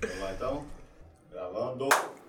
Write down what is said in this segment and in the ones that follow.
Vamos lá então? Gravando.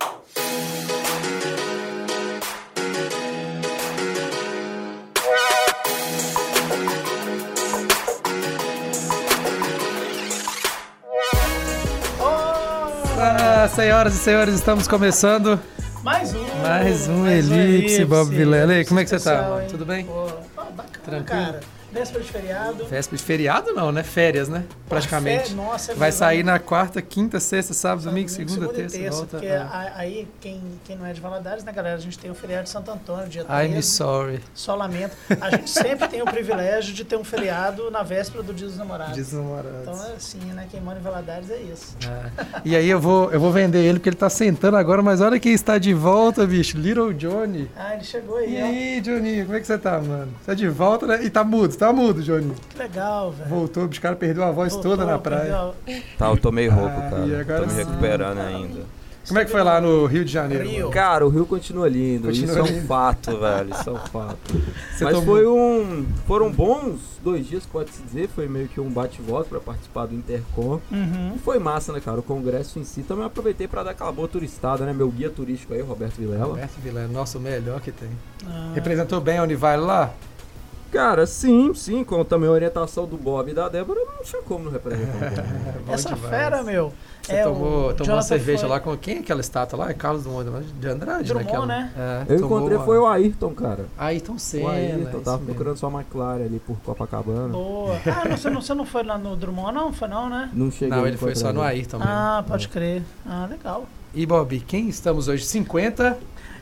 Senhoras e senhores, estamos começando mais um Elipse, Bob Vilela. E aí, como é que você tá, mano? Hein? Tudo bem? Pô, bacana, tranquilo? Cara. Véspera de feriado. Véspera de feriado não, né? Férias, né? Praticamente. Nossa, vai sair na quarta, quinta, sexta, sábado, domingo, segunda, terça, volta. Porque aí, quem não é de Valadares, né, galera? A gente tem o feriado de Santo Antônio, dia 13. I'm sorry. Só lamento. A gente sempre tem o privilégio de ter um feriado na véspera do Dia dos Namorados. Dia dos Namorados. Então é assim, né? Quem mora em Valadares é isso. E aí eu vou vender ele porque ele tá sentando agora, mas olha quem está de volta, bicho. Little Johnny. Ele chegou aí, E aí, Johnny, como é que você tá, mano? Você tá de volta, né? E tá mudo, Johnny. Que legal, velho. Voltou, o cara perdeu a voz toda na praia. Tá, eu tô meio rouco, cara. E agora tô me recuperando ainda. Como é que foi lá no Rio de Janeiro? Rio. Cara, o Rio continua lindo. Isso é um fato, velho. Isso é um fato. Mas foram bons 2 dias, pode-se dizer. Foi meio que um bate-volta pra participar do Intercom. Uhum. E foi massa, né, cara? O congresso em si. Também aproveitei pra dar aquela boa turistada, né? Meu guia turístico aí, Roberto Vilela. Roberto Vilela, nossa, o melhor que tem. Representou bem a Univale lá? Cara, sim, com também a orientação do Bob e da Débora, não tinha como não representar. Essa fera, meu. Você tomou uma cerveja lá com quem é aquela estátua lá? É Carlos Drummond de Andrade, Drummond, né? Eu encontrei foi o Ayrton, cara. Ayrton Senna. O Ayrton, tava procurando sua McLaren ali por Copacabana. Boa. Você não foi lá no Drummond, não? Foi não, né? Não cheguei. Não, ele foi só no Ayrton mesmo. Pode crer. Legal. E, Bob, quem estamos hoje? 50,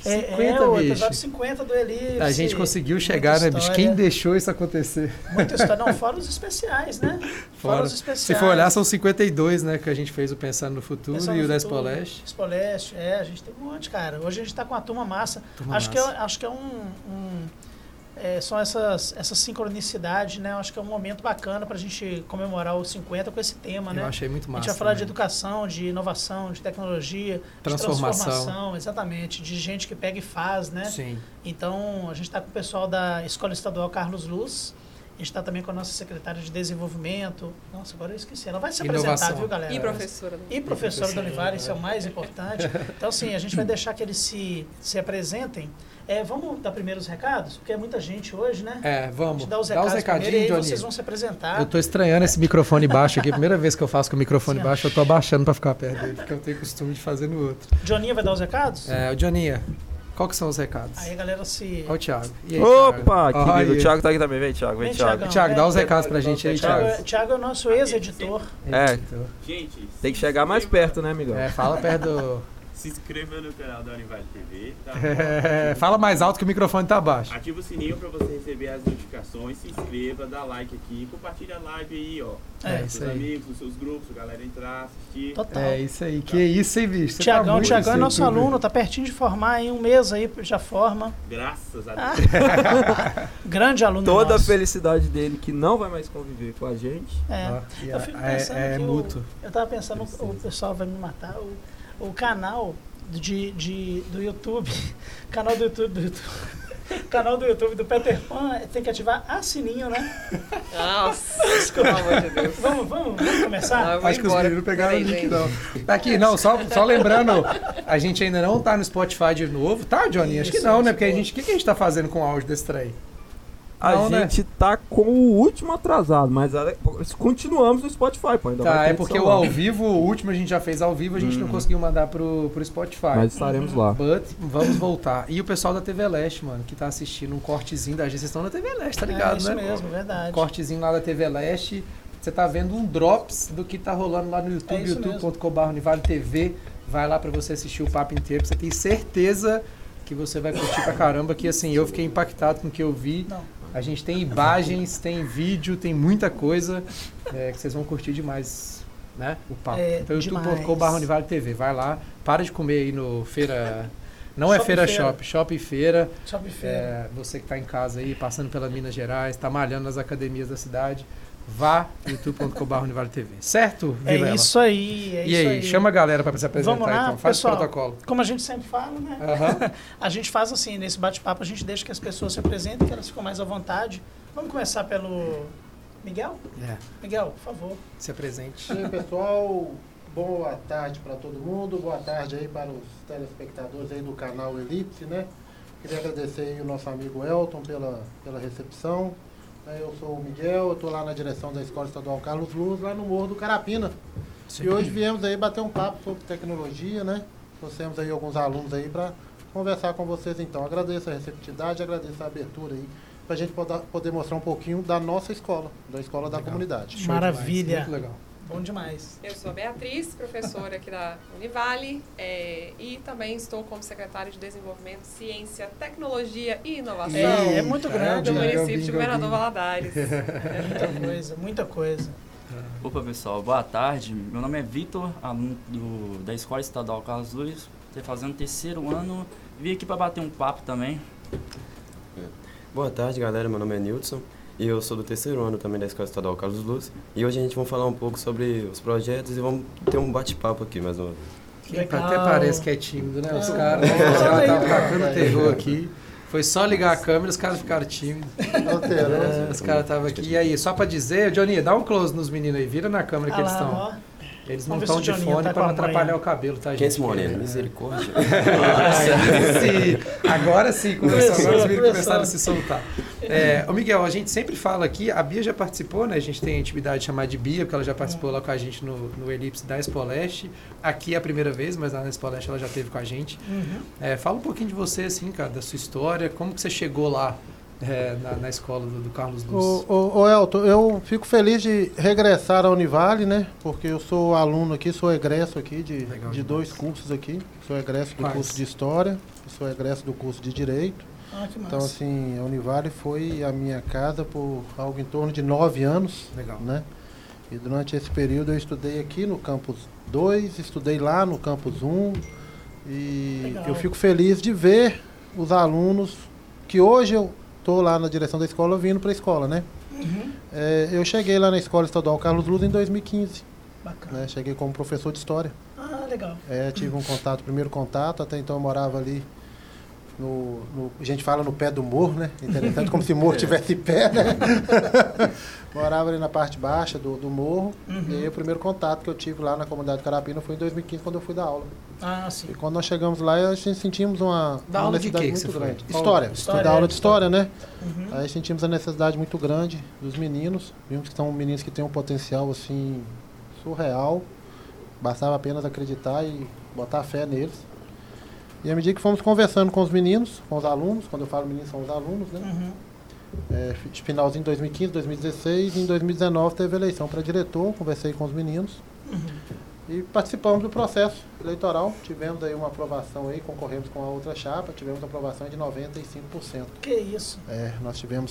o bicho. episódio 50 do Elipse. A gente conseguiu chegar, né, bicho? Quem deixou isso acontecer? Muita história. Não, fora os especiais, né? Fora os especiais. Se for olhar, são 52, né? Que a gente fez o Pensando no Futuro e o da Expo Leste. Expo Leste, a gente tem um monte, cara. Hoje a gente tá com uma turma massa. Acho que é são essas sincronicidades, né? Eu acho que é um momento bacana pra gente comemorar os 50 com esse tema, né? Eu achei muito massa. A gente vai falar de educação, de inovação, de tecnologia, transformação. De transformação, exatamente, de gente que pega e faz, né? Sim. Então, a gente está com o pessoal da Escola Estadual Carlos Luz. A gente está também com a nossa secretária de Desenvolvimento. Nossa, agora eu esqueci. Ela vai se apresentar, viu, galera? E professora da Univale, isso é o mais importante. Então, assim, a gente vai deixar que eles se apresentem. Vamos dar primeiro os recados? Porque é muita gente hoje, né? Vamos. Dar os recadinhos, Johnny. Vocês vão se apresentar. Eu tô estranhando esse microfone baixo aqui. Primeira vez que eu faço com o microfone baixo, eu tô abaixando para ficar perto dele, porque eu tenho costume de fazer no outro. Joninha vai dar os recados? O Joninha. Qual que são os recados? Aí a galera se... Olha o Thiago. E aí, Opa, Thiago? Querido. O Thiago tá aqui também. Vem, Thiago. Thiago, dá os recados pra gente aí, Thiago. Thiago é o nosso ex-editor. Gente, tem que chegar mais perto, né, amigão? Fala perto do... Se inscreva no canal da Univale TV, tá? Fala mais alto que o microfone tá baixo. Ativa o sininho pra você receber as notificações, se inscreva, dá like aqui, compartilha a live aí, ó. Isso seus aí. amigos, os seus grupos, a galera entrar, assistir. Total. É isso aí. Que isso, hein, bicho? Tiagão é nosso aluno, tá pertinho de formar, em um mês aí já forma. Graças a Deus. Grande aluno Toda nosso. a felicidade dele que não vai mais conviver com a gente. Eu fico pensando que mútuo. Eu tava pensando, o pessoal vai me matar, o canal do YouTube, canal do YouTube do Peter Pan tem que ativar a sininho, né? Nossa, pelo amor de Deus. Vamos começar? Acho que os meninos pegaram o link, não. Aqui, não, só lembrando, a gente ainda não tá no Spotify de novo, tá, Johnny? Acho que não, né? Porque o que a gente tá fazendo com o áudio desse trem? A gente tá com o último atrasado, mas continuamos no Spotify, pô. Ainda vai ter porque edição o lá. ao vivo, o último a gente já fez ao vivo, a gente não conseguiu mandar pro Spotify. Mas estaremos lá. Vamos voltar. E o pessoal da TV Leste, mano, que tá assistindo um cortezinho da gente. Vocês estão na TV Leste, tá ligado, isso né? Isso mesmo, verdade. Um cortezinho lá da TV Leste. Você tá vendo um drops do que tá rolando lá no YouTube, youtube.com/UnivaleTV. Vai lá pra você assistir o papo inteiro, pra você ter certeza que você vai curtir pra caramba, que assim, eu fiquei impactado com o que eu vi. A gente tem imagens, tem vídeo, tem muita coisa que vocês vão curtir demais, né? O papo. Então, youtube.com/UnivaleTV. Vai lá, para de comer aí no Feira... Não é Feira Shop, Shop e Feira. Shop e Feira. Você que está em casa aí, passando pela Minas Gerais, está malhando nas academias da cidade, vá youtube.com/UnivaleTV. Certo, Vilela? É isso aí, E aí, chama a galera para se apresentar. Vamos lá, então. Faz pessoal, o protocolo. Como a gente sempre fala, né? A gente faz assim, nesse bate-papo, a gente deixa que as pessoas se apresentem, que elas ficam mais à vontade. Vamos começar pelo Miguel? Miguel, por favor. Se apresente. E aí, pessoal, Boa tarde para todo mundo, boa tarde aí para os telespectadores aí do canal Elipse, né? Queria agradecer aí o nosso amigo Elton pela recepção. Eu sou o Miguel, eu estou lá na direção da Escola Estadual Carlos Luz, lá no Morro do Carapina. Sim. E hoje viemos aí bater um papo sobre tecnologia, né? Trouxemos aí alguns alunos aí para conversar com vocês então. Agradeço a receptividade, agradeço a abertura aí, para a gente poder mostrar um pouquinho da nossa escola, da escola da comunidade. Maravilha. Muito legal. Bom demais. Eu sou a Beatriz, professora aqui da Univale, e também estou como secretária de Desenvolvimento, Ciência, Tecnologia e Inovação. É muito grande. Do município de Governador Valadares. Muita coisa. Opa, pessoal, boa tarde. Meu nome é Vitor, aluno da Escola Estadual Carlos Luz, estou fazendo 3º ano. Vim aqui para bater um papo também. Boa tarde, galera. Meu nome é Nilson. E eu sou do 3º ano também da Escola Estadual Carlos Luz. E hoje a gente vai falar um pouco sobre os projetos e vamos ter um bate-papo aqui mais uma vez. Até parece que é tímido, né? Os caras estavam tacando terror aqui. Foi só ligar a câmera, os caras ficaram tímidos. Os caras estavam aqui. E aí, só pra dizer, Johnny, dá um close nos meninos aí, vira na câmera que eles estão. Eles não estão de fone para não atrapalhar o cabelo, tá, gente? Quem é esse moreno? Misericórdia. Agora sim, agora os meninos começaram a se soltar. Ô Miguel, a gente sempre fala aqui, a Bia já participou, né? A gente tem a intimidade de chamar de Bia, porque ela já participou lá com a gente no Elipse da Expo Leste. Aqui é a primeira vez, mas lá na Expo Leste ela já esteve com a gente. Fala um pouquinho de você, assim, cara, da sua história, como que você chegou lá na escola do Carlos Luz. Ô Elton, eu fico feliz de regressar à Univale, né? Porque eu sou aluno aqui, sou egresso aqui de 2 cursos aqui. Sou egresso do curso de História e sou egresso do curso de Direito. Que massa. Então, assim, a Univale foi a minha casa por algo em torno de 9 anos. Legal. Né? E durante esse período eu estudei aqui no Campus 2, estudei lá no Campus 1. E Legal. Eu fico feliz de ver os alunos que hoje eu estou lá na direção da escola vindo para a escola, né? Eu cheguei lá na Escola Estadual Carlos Luz em 2015. Bacana. Né? Cheguei como professor de História. Legal. Tive um primeiro contato, até então eu morava ali a gente fala no pé do morro, né? Interessante, como se o morro tivesse pé, né? Morava ali na parte baixa do morro. E aí o primeiro contato que eu tive lá na comunidade de Carapina foi em 2015, quando eu fui dar aula. Sim. E quando nós chegamos lá, a gente sentimos uma necessidade muito grande. História. Dar aula de história, né? Aí sentimos a necessidade muito grande dos meninos. Vimos que são meninos que têm um potencial, assim, surreal. Bastava apenas acreditar e botar fé neles. E à medida que fomos conversando com os meninos, com os alunos, quando eu falo meninos, são os alunos, né? Finalzinho de 2015, 2016, e em 2019 teve eleição para diretor, conversei com os meninos e participamos do processo eleitoral. Tivemos aí uma aprovação aí, concorremos com a outra chapa, tivemos uma aprovação de 95%. Que isso? Nós tivemos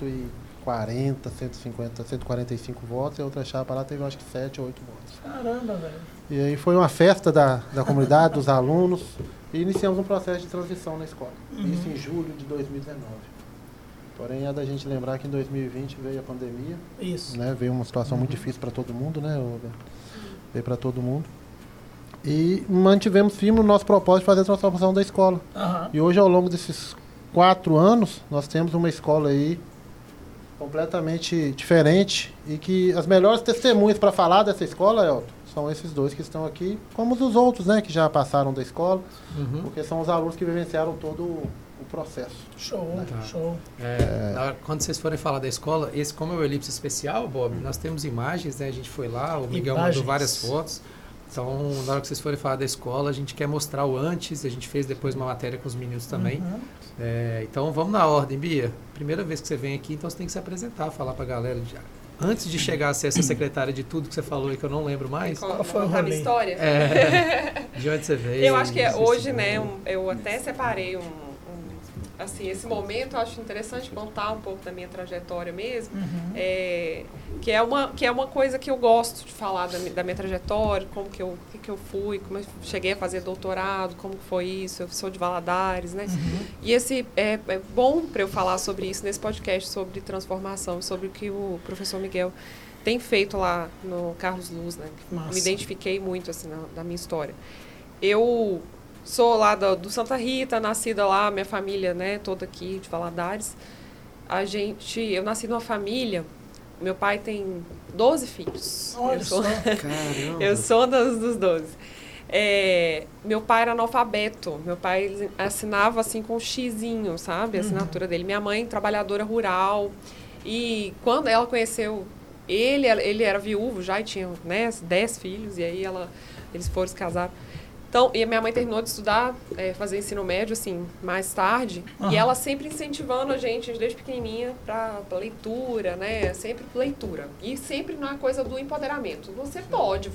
140, 150, 145 votos e a outra chapa lá teve acho que 7 ou 8 votos. Caramba, velho. E aí foi uma festa da comunidade, dos alunos, e iniciamos um processo de transição na escola. Isso em julho de 2019. Porém, é da gente lembrar que em 2020 veio a pandemia. Isso. Né? Veio uma situação muito difícil para todo mundo, né? Veio para todo mundo. E mantivemos firme o nosso propósito de fazer a transformação da escola. E hoje, ao longo desses 4 anos, nós temos uma escola aí completamente diferente e que as melhores testemunhas para falar dessa escola, Elton, são esses 2 que estão aqui, como os outros, né, que já passaram da escola, porque são os alunos que vivenciaram todo o processo. Show, show. Quando vocês forem falar da escola, esse como é o Elipse especial, Bob, nós temos imagens, né, a gente foi lá, o Miguel mandou várias fotos. Então, na hora que vocês forem falar da escola, a gente quer mostrar o antes, a gente fez depois uma matéria com os meninos também. Então, vamos na ordem, Bia. Primeira vez que você vem aqui, então você tem que se apresentar, falar pra galera. Antes de chegar a ser essa secretária de tudo que você falou aí, que eu não lembro mais. Qual foi a minha história? De onde você veio? Eu acho que hoje, né, eu até separei assim, esse momento eu acho interessante contar um pouco da minha trajetória mesmo, que é uma coisa que eu gosto de falar da minha trajetória, como que eu fui, como eu cheguei a fazer doutorado, como foi isso, eu sou de Valadares, né? E esse é bom para eu falar sobre isso nesse podcast, sobre transformação, sobre o que o professor Miguel tem feito lá no Carlos Luz, né? Me identifiquei muito, assim, da minha história. Eu sou lá do Santa Rita, nascida lá, minha família, né, toda aqui de Valadares. Eu nasci numa família meu pai tem 12 filhos. Olha só. Caramba. Eu sou dos 12. Meu pai era analfabeto. Meu pai assinava assim com um xizinho, sabe? A assinatura dele. Minha mãe, trabalhadora rural. E quando ela conheceu ele era viúvo já e tinha, né, 10 filhos. E aí eles foram se casar. Então, e a minha mãe terminou de estudar, fazer ensino médio, assim, mais tarde. E ela sempre incentivando a gente, desde pequenininha, pra leitura, né? Sempre leitura. E sempre na coisa do empoderamento. Você pode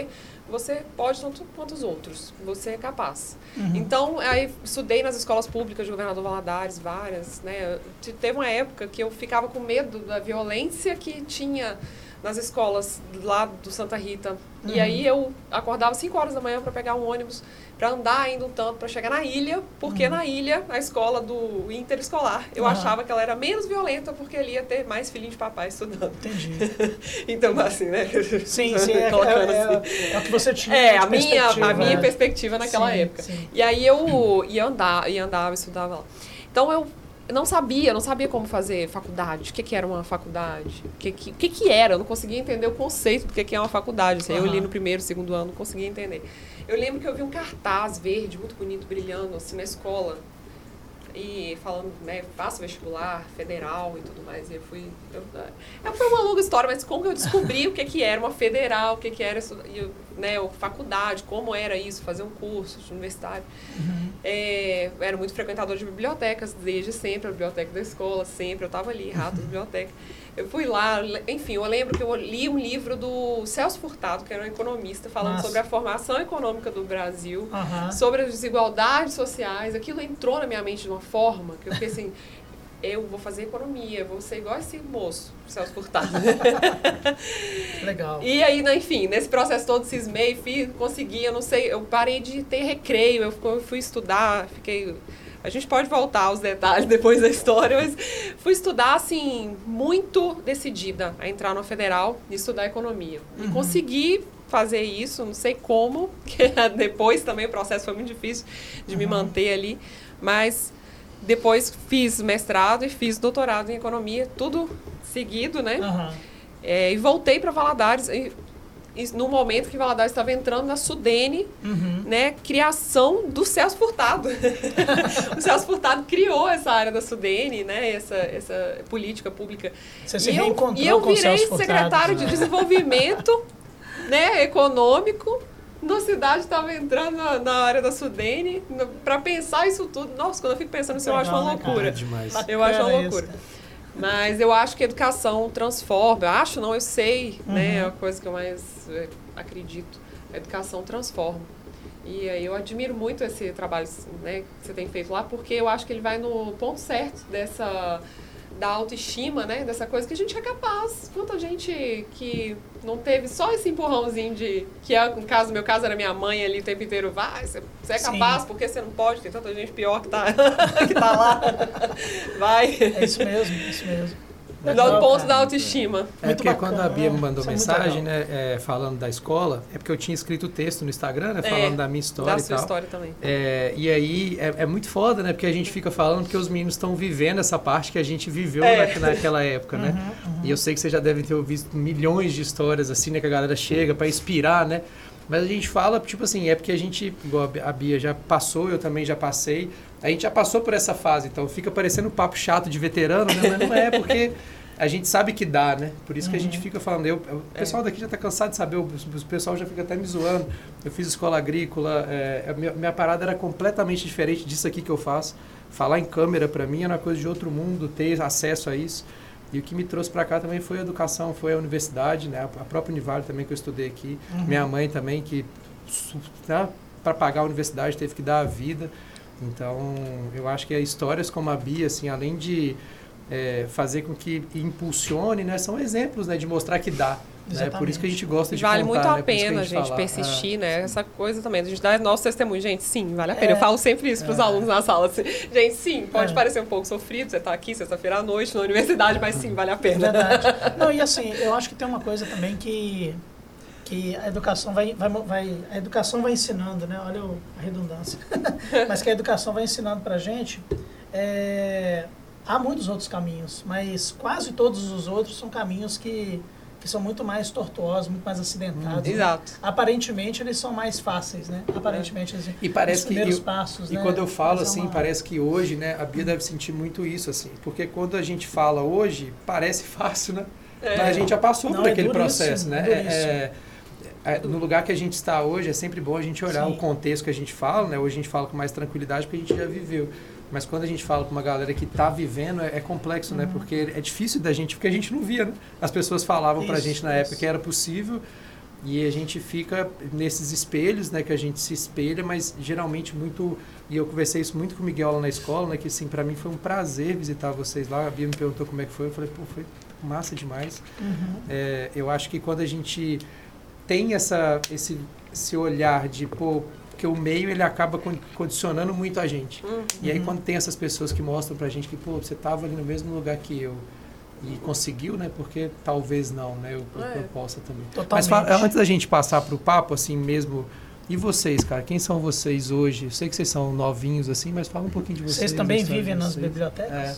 tanto quanto os outros. Você é capaz. Então, aí estudei nas escolas públicas de Governador Valadares, várias, né? Teve uma época que eu ficava com medo da violência que tinha nas escolas lá do Santa Rita. E aí eu acordava 5 horas da manhã para pegar um ônibus, para andar ainda um tanto, para chegar na ilha, porque na ilha, a escola do interescolar, eu achava que ela era menos violenta, porque ali ia ter mais filhinho de papai estudando. Entendi. Então, assim, né? Sim, é o que você tinha a minha perspectiva naquela época. Sim. E aí eu andava, estudava lá. Então eu não sabia como fazer faculdade, o que era uma faculdade, o que era, eu não conseguia entender o conceito do que é uma faculdade. Assim, eu li no primeiro, segundo ano, não conseguia entender. Eu lembro que eu vi um cartaz verde, muito bonito, brilhando, assim, na escola, e falando, né, faço vestibular, federal e tudo mais, e foi uma longa história, mas como eu descobri o que era uma federal, o que era isso, né, faculdade, como era isso, fazer um curso universitário. Era muito frequentador de bibliotecas, desde sempre, a biblioteca da escola, sempre, eu estava ali, rato da biblioteca. Eu fui lá, enfim, eu lembro que eu li um livro do Celso Furtado, que era um economista, falando sobre a formação econômica do Brasil, sobre as desigualdades sociais. Aquilo entrou na minha mente de uma forma que eu fiquei assim, eu vou fazer economia, vou ser igual esse moço, Celso Furtado. Legal. E aí, enfim, nesse processo todo, cismei, consegui, eu não sei, eu parei de ter recreio, eu fui estudar, fiquei... A gente pode voltar aos detalhes depois da história, mas fui estudar, assim, muito decidida a entrar no federal e estudar economia. E consegui fazer isso, não sei como, que depois também o processo foi muito difícil de me manter ali, mas depois fiz mestrado e fiz doutorado em economia, tudo seguido, né? E voltei para Valadares, no momento que Valadares estava entrando na Sudene, né, criação do Celso Furtado. O Celso Furtado criou essa área da Sudene, né, essa política pública. Você se reencontrou com o Celso Furtado. E eu virei secretário de desenvolvimento, né, econômico. Na cidade estava entrando na área da Sudene para pensar isso tudo. Nossa, quando eu fico pensando nisso, eu acho uma loucura. Eu acho uma loucura. Mas eu acho que a educação transforma. Eu sei, né? É a coisa que eu mais acredito. A educação transforma. E aí eu admiro muito esse trabalho, né, que você tem feito lá, porque eu acho que ele vai no ponto certo da autoestima, né? Dessa coisa que a gente é capaz. Quanta gente que não teve só esse empurrãozinho no meu caso era minha mãe ali o tempo inteiro, você é capaz, porque você não pode, tem tanta gente pior que tá lá. Vai. É isso mesmo. Do ponto da autoestima. Porque quando a Bia me mandou mensagem, né, falando da escola, é porque eu tinha escrito o texto no Instagram, né, falando da minha história e tal. Da sua história também. E aí é muito foda, né, porque a gente fica falando porque os meninos estão vivendo essa parte que a gente viveu naquela época, né. E eu sei que vocês já devem ter ouvido milhões de histórias assim, né, que a galera chega para inspirar, né. Mas a gente fala, tipo assim, é porque a gente, igual a Bia já passou, eu também já passei, a gente já passou por essa fase, então fica parecendo um papo chato de veterano, né, mas não é, porque a gente sabe que dá, né? Por isso que a gente fica falando. O pessoal daqui já está cansado de saber, o pessoal já fica até me zoando. Eu fiz escola agrícola, minha parada era completamente diferente disso aqui que eu faço. Falar em câmera, para mim, era uma coisa de outro mundo, ter acesso a isso. E o que me trouxe para cá também foi a educação, foi a universidade, né? A própria Univale também, que eu estudei aqui. Minha mãe também, que para pagar a universidade teve que dar a vida. Então, eu acho que histórias como a Bia, assim, além de fazer com que impulsione, né? São exemplos, né? De mostrar que dá. Né? Por isso que a gente gosta de vale contar. Vale muito a pena a gente persistir, né? Essa coisa também, a gente dá nosso testemunho. Gente, sim, vale a pena. Eu falo sempre isso para os alunos na sala. Assim, gente, sim, pode parecer um pouco sofrido, você está aqui sexta-feira à noite na universidade, mas sim, vale a pena. Verdade. Não, e assim, eu acho que tem uma coisa também que a educação a educação vai ensinando, né? Olha a redundância. Mas que a educação vai ensinando para a gente há muitos outros caminhos, mas quase todos os outros são caminhos que são muito mais tortuosos, muito mais acidentados. Exato. Aparentemente eles são mais fáceis, né? Aparentemente assim, e parece os primeiros passos, e né? quando eu falo assim, parece que hoje, né, a Bia deve sentir muito isso assim, porque quando a gente fala hoje, parece fácil, né? Mas a gente já passou por aquele processo, né? No lugar que a gente está hoje, é sempre bom a gente olhar o contexto que a gente fala, né? Hoje a gente fala com mais tranquilidade porque a gente já viveu. Mas quando a gente fala com uma galera que está vivendo, é complexo, né? Porque é difícil da gente, porque a gente não via, né? As pessoas falavam pra gente na época que era possível e a gente fica nesses espelhos, né? Que a gente se espelha, mas geralmente muito... E eu conversei isso muito com o Miguel lá na escola, né? Que assim, pra mim foi um prazer visitar vocês lá. A Bia me perguntou como é que foi. Eu falei, pô, foi massa demais. Eu acho que quando a gente tem esse olhar de, pô... Porque o meio, ele acaba condicionando muito a gente. E aí, quando tem essas pessoas que mostram pra gente que, pô, você tava ali no mesmo lugar que eu e conseguiu, né? Porque talvez não, né? Eu possa também. Totalmente. Mas antes da gente passar pro papo, assim mesmo... E vocês, cara? Quem são vocês hoje? Eu sei que vocês são novinhos, assim, mas fala um pouquinho de vocês. Vocês também vivem nas bibliotecas?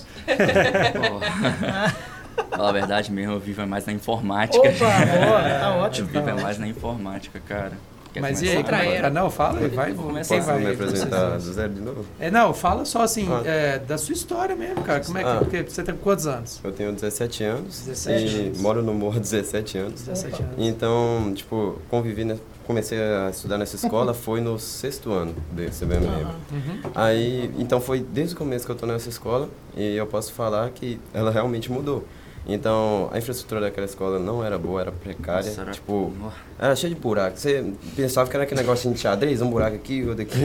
Fala a verdade mesmo, eu vivo mais na informática. Opa, boa, tá ótimo. Eu vivo mais na informática, cara. Mas e aí, não, fala aí, vai. Posso me apresentar do zero de novo? Não, fala só assim, da sua história mesmo, cara. Como é que porque você tem quantos anos? Eu tenho 17 anos e moro no Morro há 17 anos. 17 anos. Então, tipo, comecei a estudar nessa escola foi no 6º ano do CBMM. Aí, então foi desde o começo que eu tô nessa escola e eu posso falar que ela realmente mudou. Então, a infraestrutura daquela escola não era boa, era precária. Nossa, tipo, era cheio de buraco. Você pensava que era aquele negócio de xadrez, um buraco aqui, outro aqui.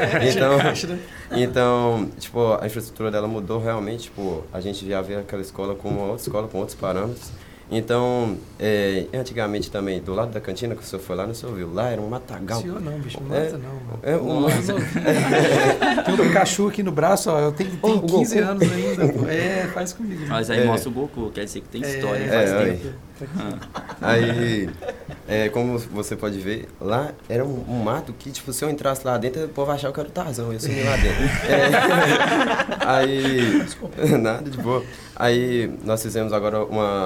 Então, tipo, a infraestrutura dela mudou realmente. Tipo, a gente já vê aquela escola como uma outra escola, com outros parâmetros. Então, antigamente também, do lado da cantina, que o senhor foi lá, não se ouviu. Lá era um matagal. Senhor não, bicho, não mata não. Tem um Pikachu aqui no braço, ó, eu tenho 15 anos ainda. Faz comigo. Mas aí mostra o Goku, quer dizer que tem história, faz tempo. Aí, como você pode ver, lá era um mato que, tipo, se eu entrasse lá dentro, o povo achava que eu era o Tarzão, eu ia sumir lá dentro. Aí, nada de boa. Aí, nós fizemos agora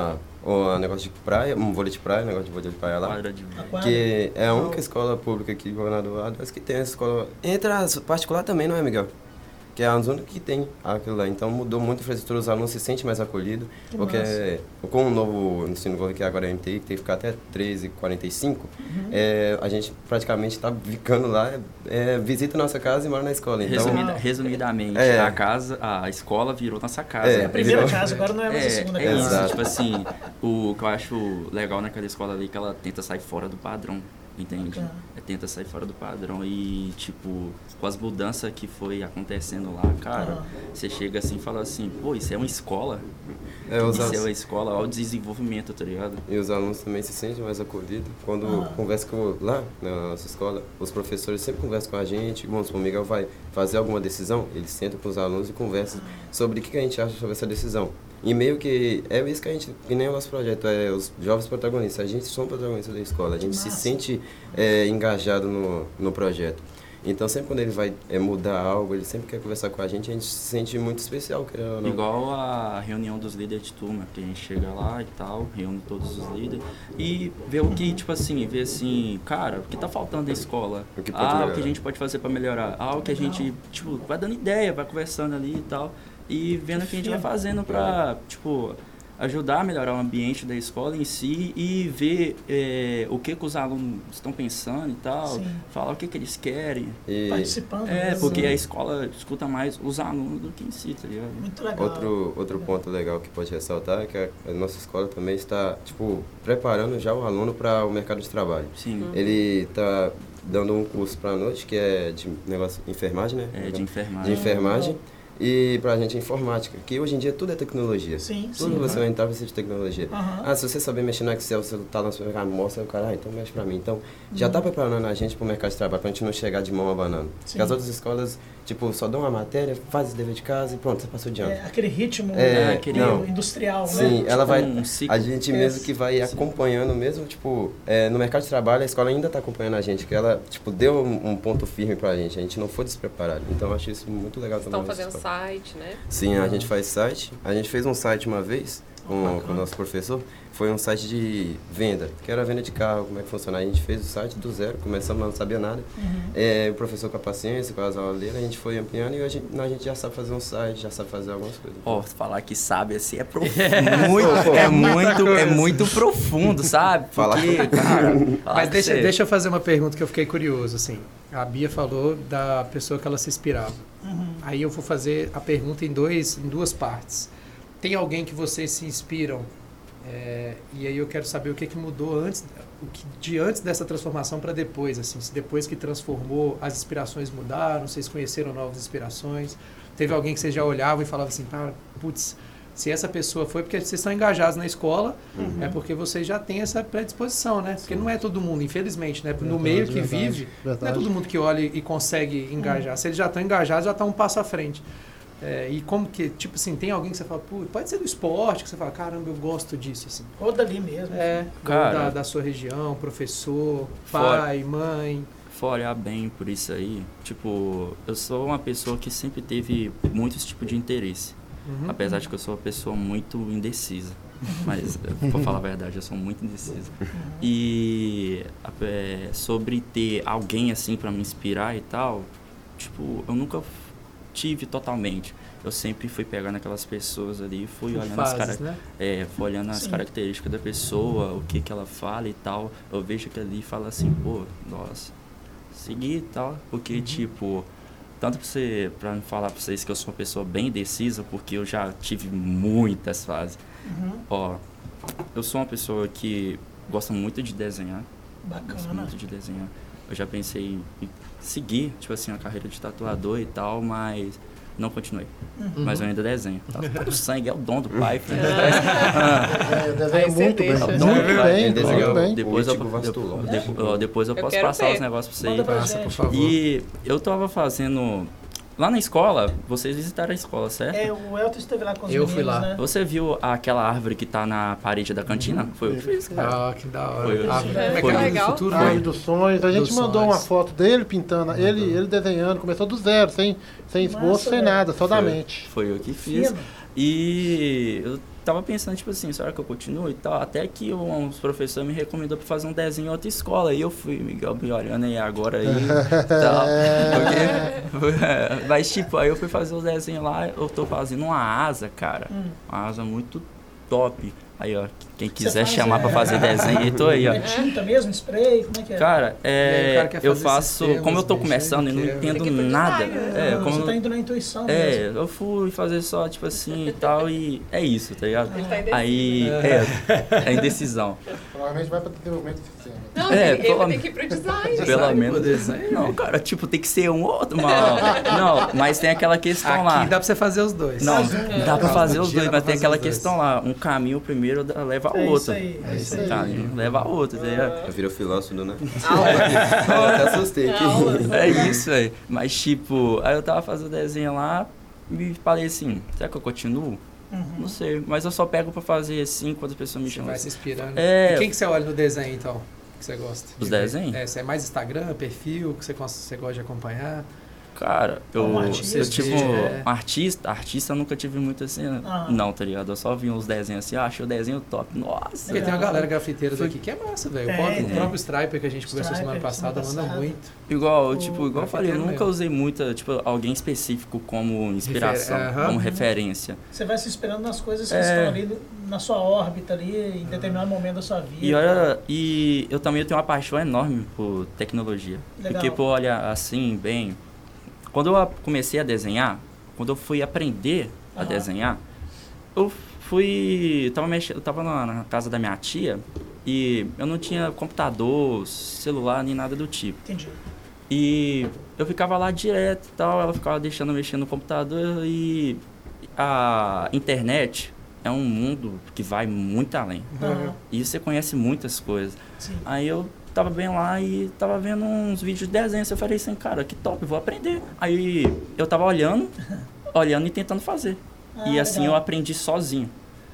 um negócio de praia, um vôlei de praia, um negócio de vôlei de praia lá. Que é a única escola pública aqui de Governador Adams que tem essa escola. Entra as particular também, não é, Miguel? Que é a zona que tem aquilo lá. Então mudou muito a infraestrutura, os alunos se sentem mais acolhidos. Porque com o novo ensino novo, que agora é MTI, que tem que ficar até 13h45, a gente praticamente está ficando lá, visita a nossa casa e mora na escola. Então, resumidamente, a escola virou nossa casa. É a primeira casa, agora não é mais a segunda casa. Isso, tipo assim, o que eu acho legal naquela escola ali é que ela tenta sair fora do padrão. Entende? Tenta sair fora do padrão e, tipo, com as mudanças que foi acontecendo lá, cara, você chega assim e fala assim, pô, isso é uma escola? Isso é uma escola, olha o desenvolvimento, tá ligado? E os alunos também se sentem mais acolhidos. Quando conversa lá na nossa escola, os professores sempre conversam com a gente, vamos supor, o Miguel vai fazer alguma decisão, eles sentam com os alunos e conversam sobre o que a gente acha sobre essa decisão. E meio que é isso que nem o nosso projeto, os jovens protagonistas. A gente somos protagonistas da escola, a gente se sente engajado no projeto. Então, sempre quando ele vai mudar algo, ele sempre quer conversar com a gente se sente muito especial. Igual a reunião dos líderes de turma, que a gente chega lá e tal, reúne todos os líderes e vê o que, tipo assim, vê assim, cara, o que tá faltando na escola? O que a gente pode fazer para melhorar? O que a gente, tipo, vai dando ideia, vai conversando ali e tal. E vendo o que a gente vai fazendo pra, tipo, ajudar a melhorar o ambiente da escola em si e ver o que os alunos estão pensando e tal, falar o que eles querem. Participando. Porque a escola escuta mais os alunos do que em si, tá ligado? Muito legal. Outro ponto legal que pode ressaltar é que a nossa escola também está, tipo, preparando já o aluno para o mercado de trabalho. Sim. Ele está dando um curso para a noite que é de enfermagem, né? De enfermagem. De enfermagem. E pra gente é informática, que hoje em dia tudo é tecnologia. Tudo você vai entrar vai ser de tecnologia. Se você saber mexer no Excel, você tá lá no supermercado, mostra o cara, então mexe pra mim. Então, já tá preparando a gente pro mercado de trabalho, pra gente não chegar de mão abanando. Porque as outras escolas, tipo, só dão uma matéria, faz o dever de casa e pronto, você passou de ano. Aquele ritmo industrial, né? Sim, ela vai, a gente mesmo que vai acompanhando mesmo, tipo, no mercado de trabalho, a escola ainda tá acompanhando a gente, que ela, tipo, deu um ponto firme pra gente, a gente não foi despreparado. Então, eu acho isso muito legal também. Estão fazendo site, né? Sim, a gente faz site. A gente fez um site uma vez com o nosso professor. Foi um site de venda, que era a venda de carro, como é que funciona. A gente fez o site do zero, começamos, não sabia nada. O professor com a paciência, com as aulas dele, a gente foi ampliando e hoje a gente já sabe fazer um site, já sabe fazer algumas coisas. Falar que sabe assim é profundo. É muito profundo, sabe? Porque, cara, mas deixa eu fazer uma pergunta que eu fiquei curioso, assim. A Bia falou da pessoa que ela se inspirava. Aí eu vou fazer a pergunta em duas partes. Tem alguém que vocês se inspiram? E aí eu quero saber o que mudou antes dessa transformação para depois, assim, se depois que transformou as inspirações mudaram, vocês conheceram novas inspirações, teve alguém que vocês já olhavam e falavam assim, putz, se essa pessoa foi, porque vocês estão engajados na escola, é porque vocês já têm essa predisposição, né? Porque não é todo mundo, infelizmente, né? No meio que vive, não é todo mundo que olha e consegue engajar. Se eles já estão engajados, já está um passo à frente. E como que, tipo assim, tem alguém que você fala, pode ser do esporte, que você fala, caramba, eu gosto disso, assim. Ou dali mesmo. Cara, da sua região, professor, pai, mãe. For olhar bem por isso aí, tipo, eu sou uma pessoa que sempre teve muitos tipos de interesse. Apesar de que eu sou uma pessoa muito indecisa. Mas, pra falar a verdade, eu sou muito indecisa. E sobre ter alguém assim pra me inspirar e tal, tipo, eu nunca tive totalmente. Eu sempre fui pegando aquelas pessoas ali e fui olhando fui olhando as características da pessoa, o que ela fala e tal. Eu vejo aquilo ali e falo assim, nossa, seguir e tal. Porque, tipo, tanto pra falar pra vocês que eu sou uma pessoa bem indecisa, porque eu já tive muitas fases. Eu sou uma pessoa que gosta muito de desenhar. Bacana. Gosto muito de desenhar. Eu já pensei em seguir, tipo assim, a carreira de tatuador e tal, mas não continuei. Mas eu ainda desenho. Tá no sangue, é o dom do pai. Desenho muito bem. Muito bem. Depois eu posso passar os negócios pra vocês. Passa, por favor. E eu tava fazendo... Lá na escola, vocês visitaram a escola, certo? O Elton esteve lá com os meninos, fui lá. Né? Você viu aquela árvore que tá na parede da cantina? Foi eu que fiz, cara. Que da hora. Foi legal. Futuro, árvore dos sonhos. A gente mandou uma foto dele pintando, ele desenhando, começou do zero, sem esboço, sem nada, só da mente. Foi eu que fiz. E eu tava pensando, tipo assim, será que eu continuo e tal? Até que uns professores me recomendou pra fazer um desenho em outra escola. E eu fui, Miguel, me olhando aí agora aí tal. Mas, tipo, aí eu fui fazer o desenho lá, eu tô fazendo uma asa, cara. Uma asa muito top. Aí, ó, quem quiser chamar pra fazer desenho, eu tô aí, ó. É tinta mesmo, spray, como é que é? Cara, eu faço, como eu tô começando e não entendo nada. Você tá indo na intuição mesmo. Eu fui fazer só, tipo assim, e tal, e é isso, tá ligado? Aí, é indecisão. Provavelmente vai pra desenvolvimento de sistema. Não, ele vai ter que ir pro design. Pelo menos. Não, cara, tipo, tem que ser um outro, mano. Não, mas tem aquela questão lá. Aqui dá pra você fazer os dois. Não, dá pra fazer os dois, mas tem aquela questão lá. Um caminho primeiro leva a outro. Isso aí. Caminho leva a outro, tá ligado? Eu viro filósofo, né? Eu até assustei aqui. É isso aí. Mas, tipo, aí eu tava fazendo desenho lá e me falei assim, será que eu continuo? Não sei, mas eu só pego pra fazer assim quando a pessoa me chama. Você vai se inspirando. E quem que você olha no desenho, então? Que você gosta? Os desenhos? Você é mais Instagram, perfil, que você gosta de acompanhar? Cara, eu tipo, artista eu nunca tive muito assim, não, tá ligado? Eu só vi uns desenhos assim, achei o desenho top, nossa. Porque tem uma galera grafiteira daqui que é massa, velho. O próprio Striper que a gente conversou semana passada manda muito. Igual eu falei, eu nunca usei muita, tipo, alguém específico como inspiração, como referência. Você vai se inspirando nas coisas que estão ali na sua órbita ali, em determinado momento da sua vida. E eu também tenho uma paixão enorme por tecnologia. Legal. Porque, pô, olha, assim, bem... Quando eu comecei a desenhar, quando eu fui aprender a desenhar, eu tava na casa da minha tia e eu não tinha computador, celular, nem nada do tipo. Entendi. E eu ficava lá direto e tal, ela ficava deixando eu mexer no computador e a internet é um mundo que vai muito além. E você conhece muitas coisas. Sim. Aí eu tava bem lá e tava vendo uns vídeos de desenho. Eu falei assim, cara, que top, vou aprender. Aí eu tava olhando e tentando fazer. E assim legal. Eu aprendi sozinho.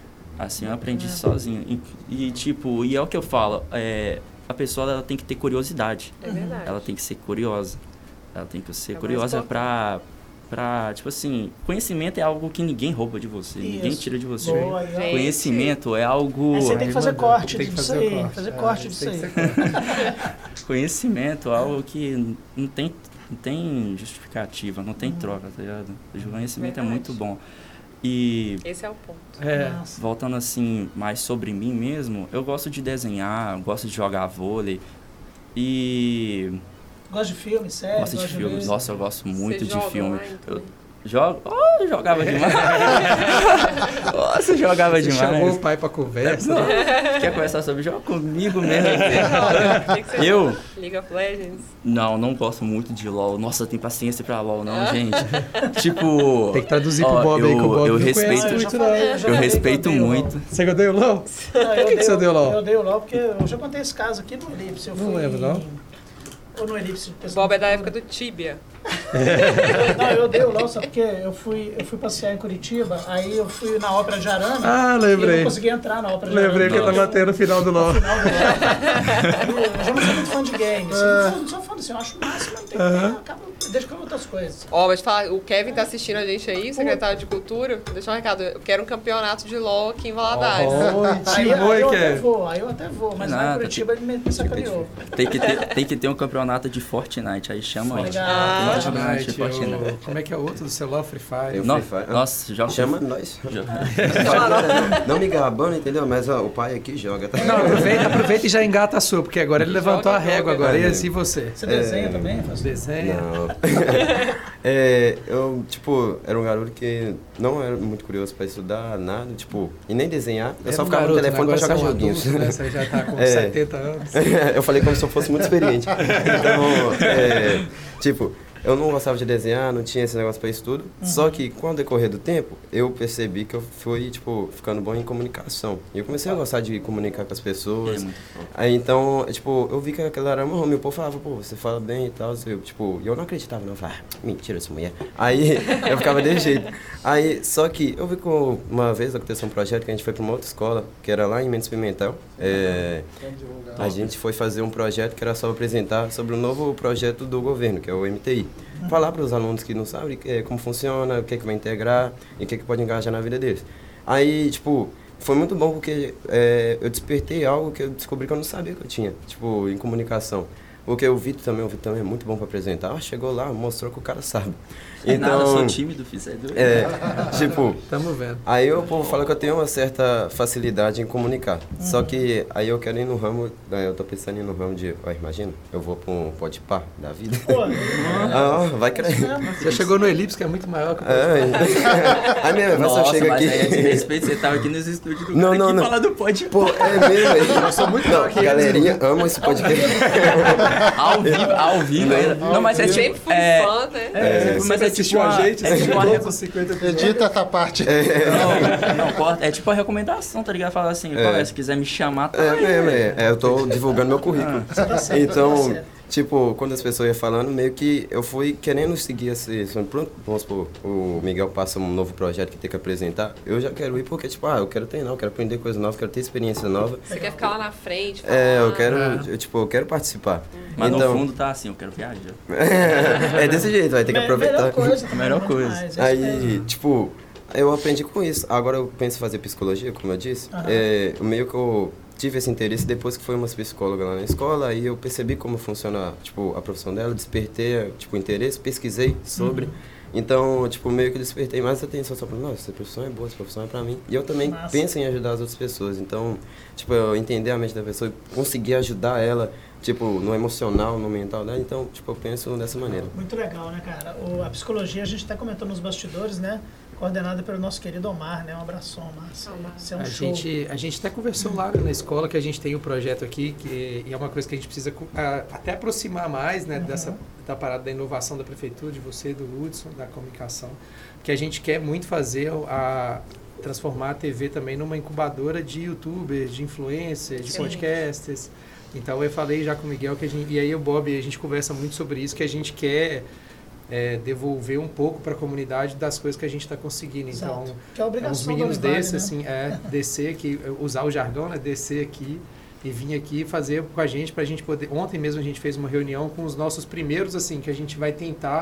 E tipo, e é o que eu falo, a pessoa ela tem que ter curiosidade. É verdade. Ela tem que ser curiosa. Ela tem que ser curiosa pra tipo assim, conhecimento é algo que ninguém rouba de você, ninguém tira de você. Boa, conhecimento é algo... Aí você tem que fazer corte disso aí, fazer corte disso aí. Conhecimento é algo que não tem justificativa, não tem troca, tá ligado? O conhecimento é muito bom. E... esse é o ponto. Voltando assim, mais sobre mim mesmo, eu gosto de desenhar, gosto de jogar vôlei e... Gosto de filme, sério? Gosto de filmes. Nossa, eu gosto muito de filme. Eu jogava demais. Nossa, jogava demais. Chamou o pai pra conversa. Quer conversar sobre jogo comigo mesmo? Eu? League of Legends? Não gosto muito de LoL. Nossa, tem paciência pra LoL, não, gente. Tipo... tem que traduzir pro Bob aí, que o Bob eu respeito muito. Eu respeito muito. Você odeia o LoL? Por que você odeia o LoL? Eu odeio o LoL porque eu já contei esse caso aqui no Elipse. Não lembro, não? Ou no Elipse. Bob é da época do Tibia. Não, eu odeio o LoL, só porque eu fui passear em Curitiba, aí eu fui na Ópera de Arame. Lembrei. E eu não consegui entrar na Ópera de Arame. Lembrei que eu tava tendo o final do LoL. Eu já não sou muito fã de games. Não sou fã assim, eu acho o máximo, não tem tempo, deixa com outras coisas. Mas falar, o Kevin tá assistindo a gente aí, secretário de Cultura. Deixa um recado, eu quero um campeonato de LoL aqui em Valadares. Aí eu até vou, mas lá em Curitiba ele me sacaneou. Tem que ter um campeonato de Fortnite, aí chama a gente. Fortnite. Como é que é o outro do celular? Free Fire? Nossa, joga. Chama nós. Não me gabando, entendeu? Mas o pai aqui joga. Tá? Não, aproveita e já engata a sua, porque agora ele levantou a régua agora. E assim você? Você desenha também? Desenha? Não. Eu, era um garoto que não era muito curioso pra estudar, nada, e nem desenhar. Eu só ficava no telefone pra jogar joguinhos. Você já tá com 70 anos. Eu falei como se eu fosse muito experiente. Então, eu não gostava de desenhar, não tinha esse negócio pra isso tudo. Só que, com o decorrer do tempo, eu percebi que eu fui, ficando bom em comunicação. E eu comecei a gostar de comunicar com as pessoas. Aí, então, eu vi que aquela era uma homem. O povo falava, pô, você fala bem e tal. E eu não acreditava, não. Eu falava, mentira essa mulher. Aí, eu ficava desse jeito. Aí, só que eu vi que uma vez aconteceu um projeto que a gente foi pra uma outra escola, que era lá em Mendes Pimentel. A gente foi fazer um projeto que era só apresentar sobre o novo projeto do governo, que é o MTI. Falar para os alunos que não sabem como funciona, o que vai integrar e o que pode engajar na vida deles. Aí, foi muito bom porque eu despertei algo que eu descobri que eu não sabia que eu tinha, em comunicação. Porque o Vitor também é muito bom para apresentar. Chegou lá, mostrou que o cara sabe. Então, eu sou tímido, fiz é doido. Tamo vendo. Aí o povo fala que eu tenho uma certa facilidade em comunicar. Só que aí eu quero ir no ramo, eu tô pensando em ir no ramo de, imagina, eu vou pra um podpar da vida. Vai crer. Você chegou no Elipse, que é muito maior que o podpar. Aí minha irmã chega aqui. Aí, de respeito, você tava aqui nos estúdios do cara que fala do podpar. Pô, é mesmo. Eu sou muito aqui. Galerinha ama esse podcast. Ao vivo. Não, mas é sempre fui fã, né? Mas assistiu a gente, edita essa parte. Não, corta. É tipo a recomendação, tá ligado? Falar assim, se quiser me chamar, tá eu tô divulgando meu currículo. Então, quando as pessoas iam falando, meio que eu fui querendo seguir pronto, vamos supor, o Miguel passa um novo projeto que tem que apresentar, eu já quero ir porque, eu quero treinar, eu quero aprender coisa nova, quero ter experiência nova. Você quer ficar lá na frente? Eu quero participar. Mas no fundo tá assim, eu quero viajar. É desse jeito, vai ter que aproveitar. Melhor coisa. Aí, eu aprendi com isso. Agora eu penso em fazer psicologia, como eu disse. Meio que eu tive esse interesse depois que foi uma psicóloga lá na escola, aí eu percebi como funciona, a profissão dela, despertei, o interesse, pesquisei sobre. Então, meio que despertei mais atenção, só pra, nossa, essa profissão é boa, essa profissão é pra mim. E eu também penso em ajudar as outras pessoas. Então, eu entender a mente da pessoa e conseguir ajudar ela, no emocional, no mental dela. Então, eu penso dessa maneira. Muito legal, né, cara? A psicologia, a gente até comentou nos bastidores, né? Coordenada pelo nosso querido Omar, né? Um abração, Márcio. Isso é um show. A gente até conversou lá na escola que a gente tem um projeto aqui, que é uma coisa que a gente precisa até aproximar mais, né? Da parada da inovação da prefeitura, de você, do Hudson, da comunicação, que a gente quer muito fazer transformar a TV também numa incubadora de youtubers, de influencers, de podcasters. Então eu falei já com o Miguel, e aí o Bob, a gente conversa muito sobre isso, que a gente quer devolver um pouco para a comunidade das coisas que a gente está conseguindo. Exato. Então, que é obrigação uns meninos desses, né? descer aqui, usar o jargão, né? Descer aqui e vir aqui fazer com a gente, para a gente poder... Ontem mesmo a gente fez uma reunião com os nossos primeiros, que a gente vai tentar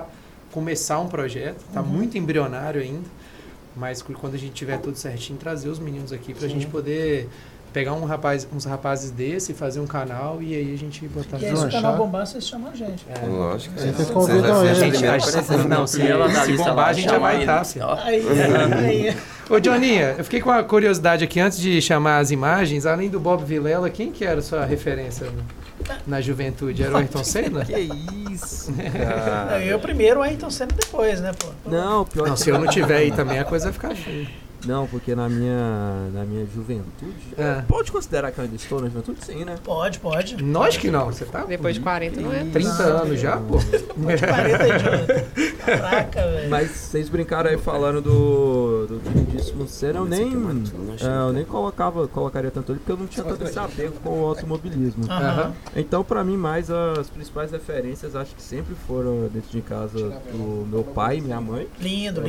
começar um projeto, está muito embrionário ainda, mas quando a gente tiver tudo certinho, trazer os meninos aqui para a gente poder pegar uns rapazes desse, fazer um canal e aí a gente botar... E aí, se o canal bombar, vocês chamam a gente. Lógico. Vocês convidam ele. Não, se bombar, a gente já vai estar. Aí. Ô, Johninha, eu fiquei com uma curiosidade aqui, antes de chamar as imagens, além do Bob Vilela, quem que era a sua referência na juventude? Era o Ayrton Senna? Que isso, cara. Eu primeiro, o Ayrton Senna depois, né, pô? Não, pior não, se eu não tiver aí também, a coisa vai ficar feia. Não, porque na minha juventude... Pode considerar que eu ainda estou na juventude? Sim, né? Pode. Nós que não, você tá... Depois de 40 não é? 30 anos já, pô. Depois de 40 de Caraca, velho. Mas vocês brincaram aí falando do queridíssimo Senna, eu nem colocaria tanto ele, porque eu não tinha tanto esse apego com o automobilismo. Então, pra mim, mais as principais referências, acho que sempre foram dentro de casa do meu pai e minha mãe. Lindo.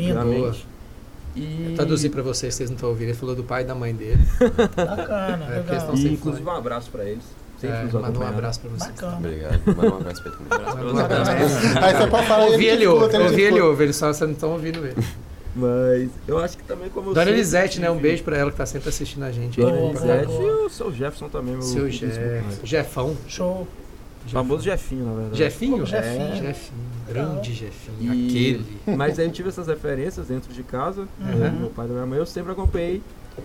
E... Traduzir pra vocês não estão ouvindo, ele falou do pai e da mãe dele. Bacana, legal. E inclusive um abraço pra eles. Manda um abraço pra vocês. Bacana. Obrigado. Manda um abraço pra ele. Aí você pode falar ouvi ele ouve, ele só vocês não estão ouvindo ele. Mas eu acho que também como Dona Elisete, né? Um beijo pra ela que tá sempre assistindo a gente. Dona Elisete e o seu Jefferson também, meu seu Jefão. Show. Famoso Jefinho, na verdade. Jefinho? Jefinho. Grande Jefinho. Aquele. Mas aí eu tive essas referências dentro de casa, meu pai e minha mãe. Eu sempre acompanhei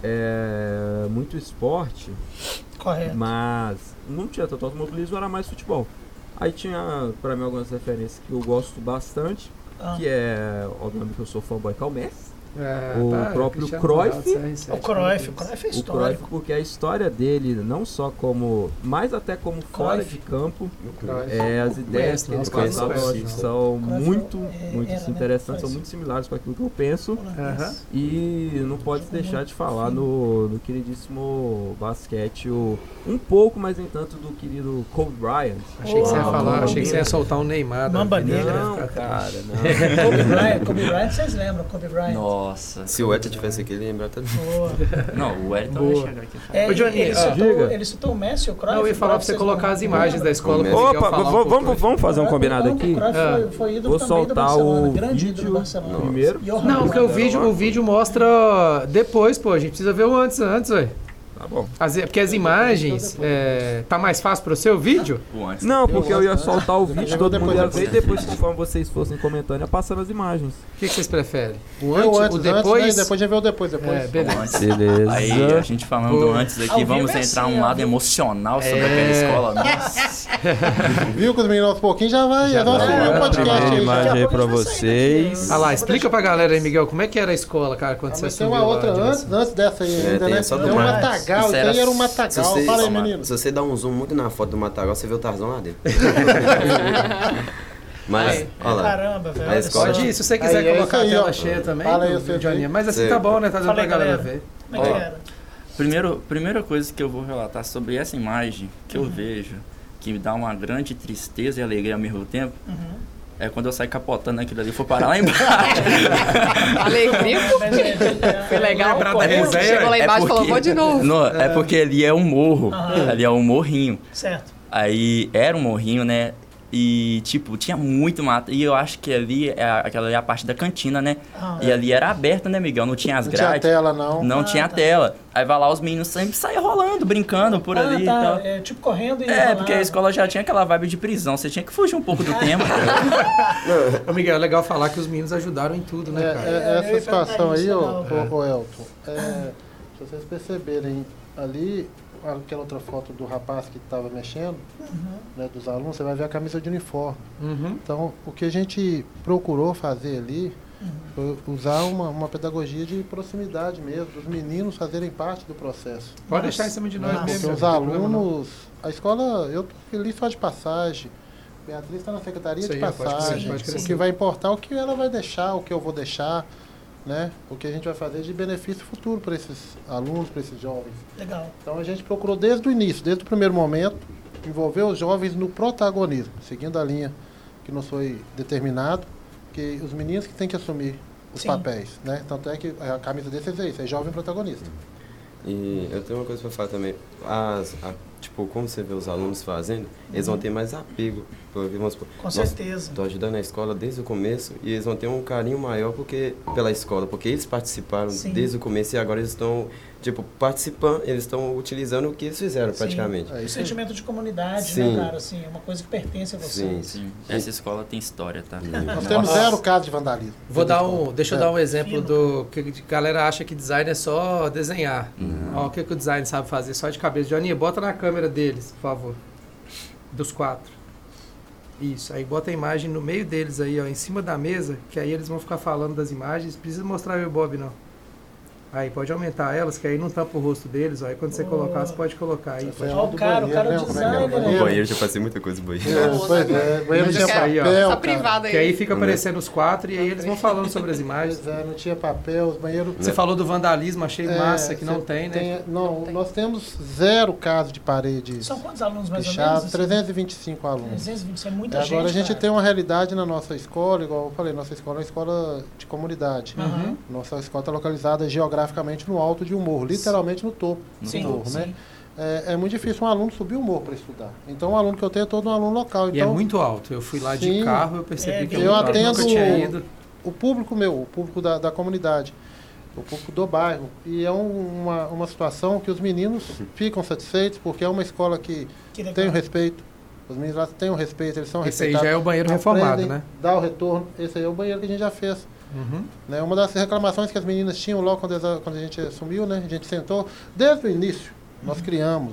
muito esporte. Correto. Mas não tinha tanto automobilismo, era mais futebol. Aí tinha, pra mim, algumas referências que eu gosto bastante, que é, obviamente, eu sou fanboy Calmés. O próprio Cruyff. O Cruyff é histórico. O Cruyff, porque a história dele, não só como, mas até como fora de campo, as ideias que ele passava são muito interessantes, são muito similares com aquilo que eu penso. E não pode deixar de falar no queridíssimo basquete, um pouco, mas nem tanto do querido Kobe Bryant. Achei que você ia falar, achei que você ia soltar um Neymar. Mamba Negra. Não, cara, não. Kobe Bryant, vocês lembram? Kobe Bryant. Nossa. Se o Elton tivesse aqui, ele ia lembrar todo mundo. Não, o Elton vai chegar aqui. Ô, Johnny, ele citou o Messi e o Cruyff. Não, eu ia falar pra você colocar as imagens da escola. Opa, vamos fazer um combinado aqui? Vou soltar o vídeo primeiro. Não, porque o vídeo mostra depois, pô. A gente precisa ver o antes, velho. Tá bom. Porque as imagens, tá mais fácil para o seu vídeo? Não, porque eu ia soltar o vídeo, todo mundo ia ver e depois, conforme vocês fossem comentando, ia passando as imagens. O que vocês preferem? O antes, o depois? Depois já vê o depois. Beleza. Aí, a gente falando do antes aqui, vamos entrar um lado emocional sobre aquela escola. Nossa. Viu que os meninos aos pouquinhos já vai subir o podcast aí. Imagem aí pra vocês. Ah lá, explica pra galera aí, Miguel, como é que era a escola, cara, quando você subiu lá? Tem uma outra antes dessa aí ainda, né? Tem um matagal, isso aí era um matagal. Fala aí, menino. Se você dá um zoom muito na foto do matagal, você vê o Tarzan lá dentro. Mas, olha lá. Caramba, velho. A escola... Pode ir, se você quiser colocar a tela cheia também. Fala aí, Johnny. Mas assim tá bom, né? Tá dando pra galera ver. Como é que era? Primeira coisa que eu vou relatar sobre essa imagem que eu vejo, que me dá uma grande tristeza e alegria ao mesmo tempo, é quando eu saio capotando aquilo ali e for parar lá embaixo. Alegria? Foi legal. Chegou lá embaixo e falou, vou de novo. Não, é porque ali é um morro. Ali é um morrinho. Certo. Aí era um morrinho, né? E, tipo, tinha muito mato. E eu acho que ali, aquela ali é a parte da cantina, né? E ali era aberta, né, Miguel? Não tinha as grades. Não tinha tela, não. Não tinha tela. Aí vai lá, os meninos sempre saem rolando, brincando por ali e tal. Tipo correndo e porque a escola já tinha aquela vibe de prisão. Você tinha que fugir um pouco do tempo. Ô, Miguel, é legal falar que os meninos ajudaram em tudo, né, cara? Essa situação aí, ô Elton, se vocês perceberem ali... aquela outra foto do rapaz que estava mexendo, né, dos alunos, você vai ver a camisa de uniforme. Então, o que a gente procurou fazer ali foi usar uma pedagogia de proximidade mesmo, dos meninos fazerem parte do processo. Pode deixar em cima de nós mesmo. Porque os alunos... A escola, eu estou feliz só de passagem. Beatriz está na secretaria de passagem. O que vai importar é o que ela vai deixar, o que eu vou deixar, né? O que a gente vai fazer de benefício futuro para esses alunos, para esses jovens. Legal. Então a gente procurou desde o início, desde o primeiro momento, envolver os jovens no protagonismo, seguindo a linha que nos foi determinado, que os meninos que têm que assumir os papéis, né? Tanto é que a camisa desses é isso, é jovem protagonista. E eu tenho uma coisa para falar também. tipo, como você vê os alunos fazendo, eles vão ter mais apego. Com certeza. Estou ajudando a escola desde o começo e eles vão ter um carinho maior pela escola, porque eles participaram desde o começo e agora eles estão, tipo, participando, eles estão utilizando o que eles fizeram praticamente. O sentimento de comunidade, né, cara? Assim, é uma coisa que pertence a vocês. Sim. Essa escola tem história, tá? Nós temos 0 casos de vandalismo. Deixa eu dar um exemplo do que a galera acha que design é só desenhar. Ó, o que o design sabe fazer só de cabeça. Johnny, bota na câmera deles, por favor. Dos 4. Isso, aí bota a imagem no meio deles aí, ó, em cima da mesa, que aí eles vão ficar falando das imagens. Precisa mostrar eu e o Bob, não. Aí pode aumentar elas, que aí não tampa o rosto deles, ó. Aí quando você colocar, você pode colocar aí. Ó, o cara do designer, né? No banheiro já passei muita coisa no banheiro. Banheiro tinha papel, essa privada aí. Que aí fica aparecendo os 4 e aí eles vão falando sobre as imagens. Não tinha papel, os banheiros... Você falou do vandalismo, achei massa, que não tem, né? Não, nós temos 0 casos de parede. São quantos alunos mais ou menos? Assim? 325 alunos. 325, é muita gente. Agora a gente tem uma realidade na nossa escola, igual eu falei, nossa escola é uma escola de comunidade. Nossa escola está localizada geograficamente no alto de um morro, literalmente no topo do morro, né? É muito difícil um aluno subir o morro para estudar. Então o aluno que eu tenho é todo um aluno local. Então, e é muito alto. Eu fui lá de carro, eu percebi que eu atendo o público meu, o público da comunidade, o público do bairro. E é uma situação que os meninos ficam satisfeitos, porque é uma escola que tem o respeito. Os meninos lá têm o respeito, eles são respeitados. Esse aí já é o banheiro reformado, né? Dá o retorno. Esse aí é o banheiro que a gente já fez. Né? Uma das reclamações que as meninas tinham logo quando a gente assumiu, né? A gente sentou, desde o início, nós criamos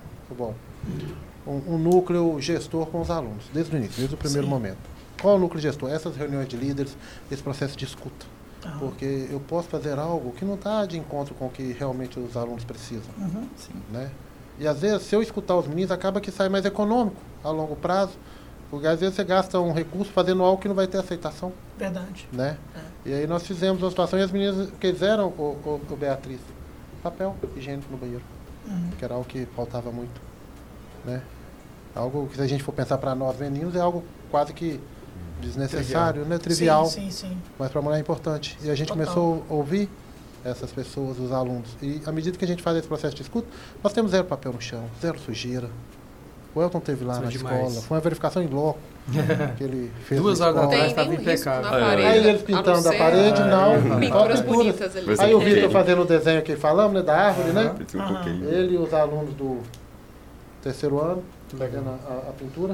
um núcleo gestor com os alunos, desde o início, desde o primeiro momento. Qual é o núcleo gestor? Essas reuniões de líderes, esse processo de escuta. Porque eu posso fazer algo que não está de encontro com o que realmente os alunos precisam. Né? E às vezes, se eu escutar os meninos, acaba que sai mais econômico a longo prazo. Porque às vezes você gasta um recurso fazendo algo que não vai ter aceitação. Verdade. Né? E aí nós fizemos uma situação e as meninas quiseram, o Beatriz, papel higiênico no banheiro. Que era algo que faltava muito. Né? Algo que, se a gente for pensar para nós meninos, é algo quase que desnecessário, né? Trivial. Sim. Mas para a mulher é importante. E a gente começou a ouvir essas pessoas, os alunos. E à medida que a gente faz esse processo de escuta, nós temos 0 papel no chão, 0 sujeira. O Elton teve lá na escola, foi uma verificação em loco que ele fez. 2 horas da tarde estava impecável. Aí eles pintando a parede, pinturas bonitas ali. Aí o Vitor fazendo o desenho que falamos, né, da árvore, né? Ele e os alunos do 3º ano, pegando a pintura.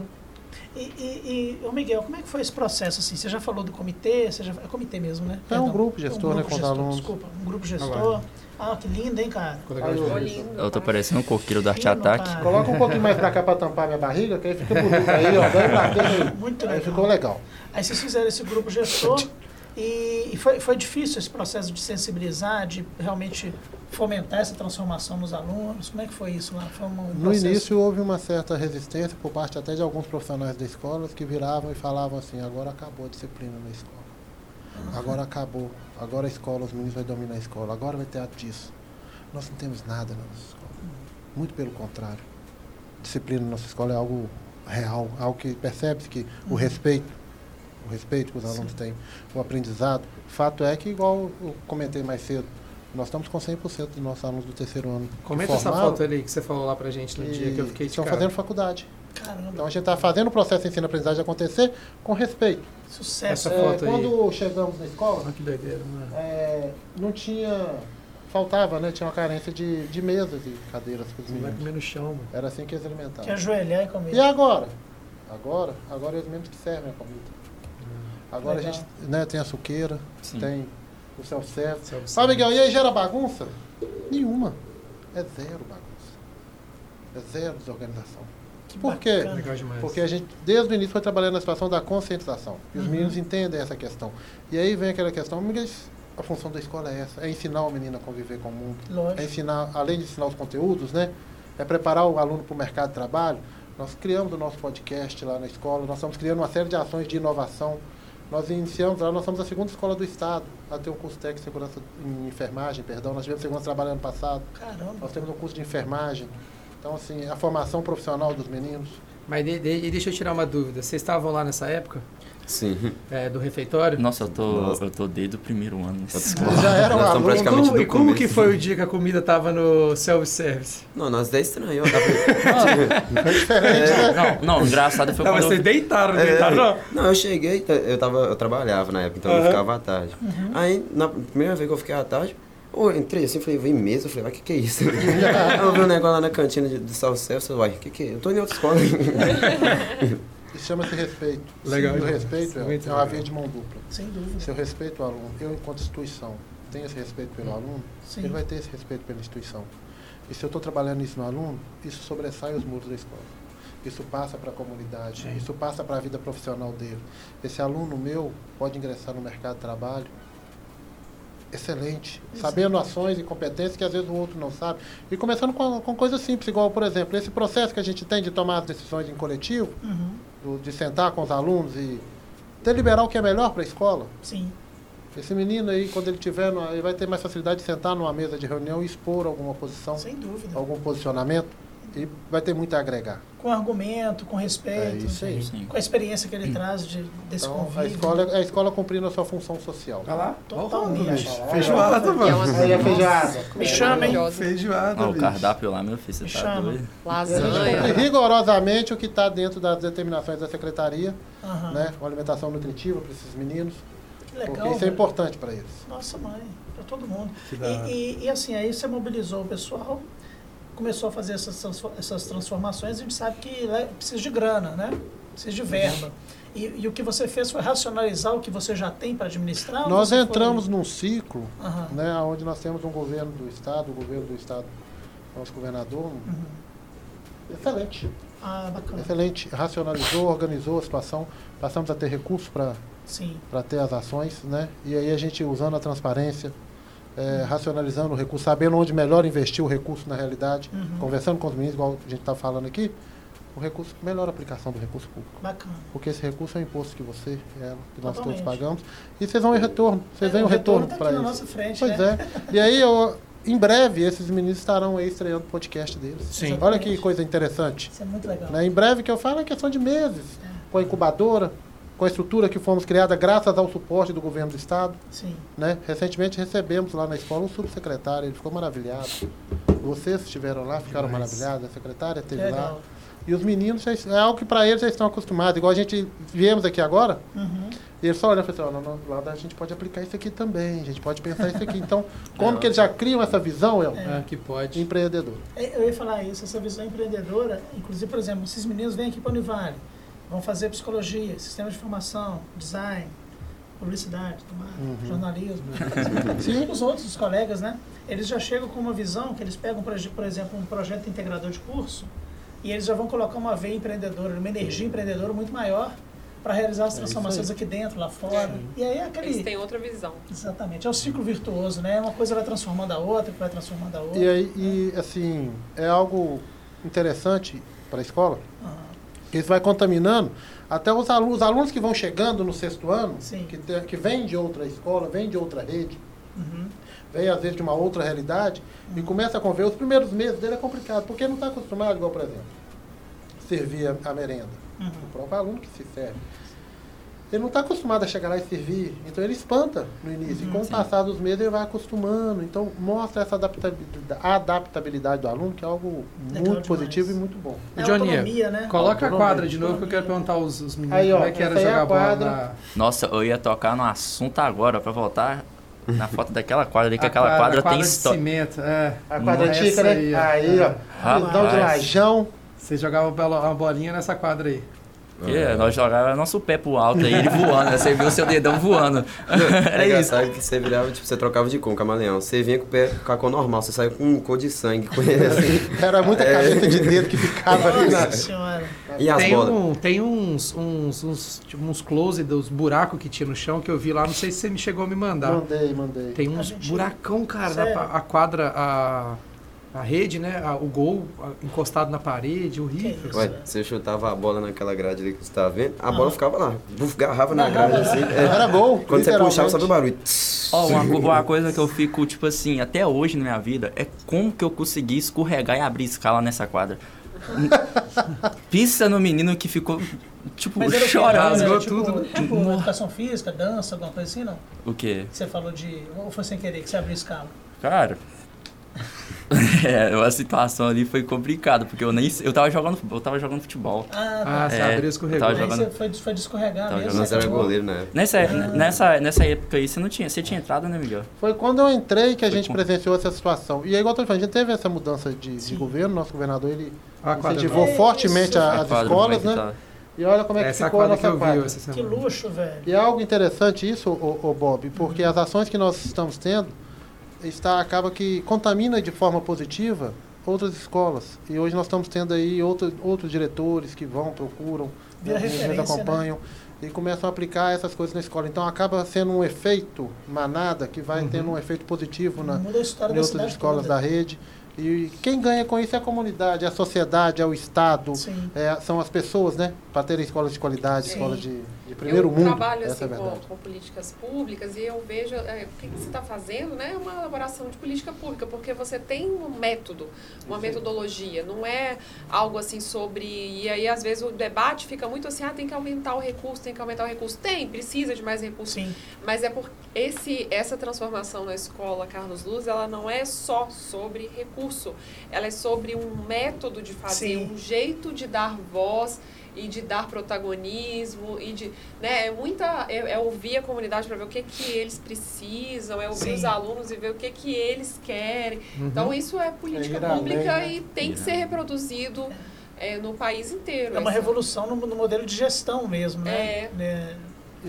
E Miguel, como é que foi esse processo? Assim? Você já falou do comitê, é comitê mesmo, né? É um grupo gestor, né, com os alunos. Desculpa, um grupo gestor. Que lindo, hein, cara? Eu tô parecendo um coqueiro do Arte Ataque. Coloca um pouquinho mais pra cá pra tampar minha barriga, que aí fica bonito. Aí, ó, muito legal. Aí ficou legal. Aí vocês fizeram esse grupo gestor e foi difícil esse processo de sensibilizar, de realmente fomentar essa transformação nos alunos. Como é que foi isso lá? Foi no início houve uma certa resistência por parte até de alguns profissionais da escola que viravam e falavam assim: agora acabou a disciplina na escola. Agora acabou. Agora a escola, os meninos vão dominar a escola. Agora vai ter ato disso. Nós não temos nada na nossa escola. Muito pelo contrário. Disciplina na nossa escola é algo real, algo que percebe-se que o respeito que os alunos têm, o aprendizado. Fato é que, igual eu comentei mais cedo, nós estamos com 100% dos nossos alunos do 3º ano. Comenta essa foto ali que você falou lá pra gente no dia que eu fiquei de cara. Estão fazendo faculdade. Caramba. Então a gente está fazendo o processo de ensino-aprendizagem acontecer com respeito. Sucesso. Essa foto quando chegamos na escola, que doideira, não tinha... Faltava, né? Tinha uma carência de mesas e cadeiras para os meninos. Vai comer no chão, mano. Era assim que eles alimentavam. Tinha ajoelhar e comer. E agora? Agora é os mesmos que servem a comida. Agora legal. A gente, né, tem a suqueira, tem o self-service. Miguel, e aí gera bagunça? Nenhuma. É 0 bagunça. É 0 desorganização. Por quê? Porque a gente, desde o início, foi trabalhando na situação da conscientização. E os meninos entendem essa questão. E aí vem aquela questão, a função da escola é essa, é ensinar o menino a conviver com o mundo. Lógico. É ensinar, além de ensinar os conteúdos, né? É preparar o aluno para o mercado de trabalho. Nós criamos o nosso podcast lá na escola, nós estamos criando uma série de ações de inovação. Nós iniciamos lá, nós somos a 2ª escola do estado a ter um curso técnico de segurança em enfermagem, nós tivemos segurança de trabalho ano passado. Caramba. Nós temos um curso de enfermagem. Então, assim, a formação profissional dos meninos. Mas deixa eu tirar uma dúvida. Vocês estavam lá nessa época? Sim. Do refeitório? Nossa, eu tô desde o primeiro ano. Já era um aluno. Praticamente Como que foi o dia que a comida tava no self-service? Não, nós 10 estranhou. Foi diferente, né? Não, engraçado foi quando Vocês deitaram. Não, eu cheguei, eu trabalhava na época, então eu ficava à tarde. Aí, na primeira vez que eu fiquei à tarde, eu entrei assim, falei, vem mesa, eu falei, que é isso? Aí eu vi um negócio lá na cantina do self-service, eu falei, que é? Eu tô em outra escola. Isso chama-se respeito. Legal. E o respeito é uma via de mão dupla. Sem dúvida. Se eu respeito o aluno, eu enquanto instituição tenho esse respeito pelo aluno, ele vai ter esse respeito pela instituição. E se eu estou trabalhando isso no aluno, isso sobressai os muros da escola. Isso passa para a comunidade, isso passa para a vida profissional dele. Esse aluno meu pode ingressar no mercado de trabalho excelente, sabendo ações e competências que às vezes o outro não sabe. E começando com coisas simples, igual, por exemplo, esse processo que a gente tem de tomar as decisões em coletivo, de sentar com os alunos e deliberar o que é melhor para a escola. Sim. Esse menino aí, quando ele tiver, ele vai ter mais facilidade de sentar numa mesa de reunião e expor alguma posição, sem dúvida, algum posicionamento, e vai ter muito a agregar. Com argumento, com respeito, isso aí. Com a experiência que ele traz desse então, convívio. A escola cumprindo a sua função social. Olha lá. Totalmente. Feijoada, mano. Aí é feijoada. Me chama, hein? Feijoada, o cardápio lá, meu filho, você tá doido. Lasanha. Rigorosamente o que está dentro das determinações da secretaria, né? Uma alimentação nutritiva para esses meninos. Que legal, porque isso é importante para eles. Nossa, mãe, para todo mundo. E assim, aí você mobilizou o pessoal, começou a fazer essas transformações, a gente sabe que precisa de grana, né? Precisa de verba. E o que você fez foi racionalizar o que você já tem para administrar? Nós entramos num ciclo, né, onde nós temos um governo do Estado, nosso governador, excelente. Bacana. Excelente. Racionalizou, organizou a situação, passamos a ter recursos para ter as ações, né? E aí a gente usando a transparência, racionalizando o recurso, sabendo onde melhor investir o recurso na realidade, conversando com os meninos, igual a gente está falando aqui, o recurso, melhor aplicação do recurso público. Bacana. Porque esse recurso é um imposto que que nós todos pagamos, e vocês vão em retorno, vocês veem o retorno para isso. Na nossa frente, pois é. E aí, em breve, esses meninos estarão aí estreando o podcast deles. Sim. Olha que coisa interessante. Isso é muito legal. Né? Em breve, que eu falo, é questão de meses, com a incubadora, com a estrutura que fomos criada graças ao suporte do governo do Estado. Sim. Né? Recentemente recebemos lá na escola um subsecretário, ele ficou maravilhado. Vocês estiveram lá, ficaram maravilhados, a secretária esteve lá. E os meninos, é algo que para eles já estão acostumados. Igual a gente viemos aqui agora, e eles só olham e falam assim, lá a gente pode aplicar isso aqui também, a gente pode pensar isso aqui. Então, como que eles já criam essa visão, que pode. Empreendedor. Eu ia falar isso, essa visão empreendedora, inclusive, por exemplo, esses meninos vêm aqui para a Univale, vão fazer psicologia, sistema de informação, design, publicidade, jornalismo. Sim. Os outros colegas, né? Eles já chegam com uma visão que eles pegam, por exemplo, um projeto integrador de curso e eles já vão colocar uma veia empreendedora, uma energia empreendedora muito maior para realizar as transformações aqui dentro, lá fora. E aí é aquele... Eles têm outra visão. Exatamente. É o ciclo virtuoso, né? Uma coisa vai transformando a outra, que vai transformando a outra. E assim, é algo interessante para a escola, que isso vai contaminando até os alunos que vão chegando no 6º ano, que vêm de outra escola, vêm de outra rede, vêm às vezes de uma outra realidade, e começa a conviver. Os primeiros meses dele é complicado, porque não está acostumado, igual, por exemplo, servir a merenda. O próprio aluno que se serve. Ele não está acostumado a chegar lá e servir, então ele espanta no início. E com o passar dos meses ele vai acostumando. Então mostra essa adaptabilidade do aluno, que é algo muito positivo e muito bom. Johnny, né? Coloca a quadra de novo que eu quero perguntar aos meninos aí, como é que era jogar bola. Nossa, eu ia tocar no assunto agora, para voltar na foto daquela quadra ali, que aquela quadra tem história. Cimento, a quadra antiga, né? Aí, ó. Visão de lajão. Você jogava uma bolinha nessa quadra aí. Nós jogávamos nosso pé pro alto aí, ele voando, né? Você viu o seu dedão voando. Era isso. Sabe que você virava, tipo, você trocava de cor, camaleão. Você vinha com o pé com a cor normal, você saía com cor de sangue. Era muita caneta de dedo que ficava ali. Nossa senhora. E as bolas? Tem uns close dos buracos que tinha no chão que eu vi lá, não sei se você me chegou a me mandar. Mandei. Tem uns buracão, cara, a quadra, a rede, né? O gol encostado na parede, horrível. Ué, você chutava a bola naquela grade ali que você estava vendo, a bola ficava lá, garrava na grade assim. Era gol. Quando você puxava, sabe o barulho. Uma coisa que eu fico, tipo assim, até hoje na minha vida, é como que eu consegui escorregar e abrir escala nessa quadra. Pisa no menino que ficou tipo, Mas era chorando. rasgou tipo, tudo. Tipo, educação física, dança, alguma coisa assim, não? O quê? Você falou de... Ou foi sem querer que você abriu escala? Cara... a situação ali foi complicada, porque eu tava jogando futebol. Você abriu escorregou. Aí você foi de escorregar mesmo. Mas era goleiro na época. Nessa época aí, você tinha entrado, né, Miguel? Foi quando eu entrei que a gente presenciou essa situação. E aí, igual eu tô falando, a gente teve essa mudança de governo, nosso governador, ele incentivou fortemente as escolas, né? E olha como é que ficou a nossa quadra. Que luxo, velho. E é algo interessante isso, Bob, porque as ações que nós estamos tendo acaba que contamina de forma positiva outras escolas. E hoje nós estamos tendo aí outros diretores que procuram, acompanham, né? E começam a aplicar essas coisas na escola. Então acaba sendo um efeito manada que vai tendo um efeito positivo em outras escolas da rede. E quem ganha com isso é a comunidade, é a sociedade, é o Estado, são as pessoas, né? Para terem escolas de qualidade, escolas de primeiro mundo. Eu trabalho assim, com políticas públicas e eu vejo o que você está fazendo, né? É uma elaboração de política pública, porque você tem um método, uma metodologia, não é algo assim sobre... E aí, às vezes, o debate fica muito assim, tem que aumentar o recurso, Tem, precisa de mais recurso. Sim. Mas é porque essa transformação na escola Carlos Luz, ela não é só sobre recurso, ela é sobre um método de fazer, um jeito de dar voz e de dar protagonismo e de, né, é ouvir a comunidade para ver o que eles precisam, é ouvir os alunos e ver o que eles querem. Então isso é política pública e tem que ser reproduzido no país inteiro. É uma revolução no modelo de gestão mesmo, né? E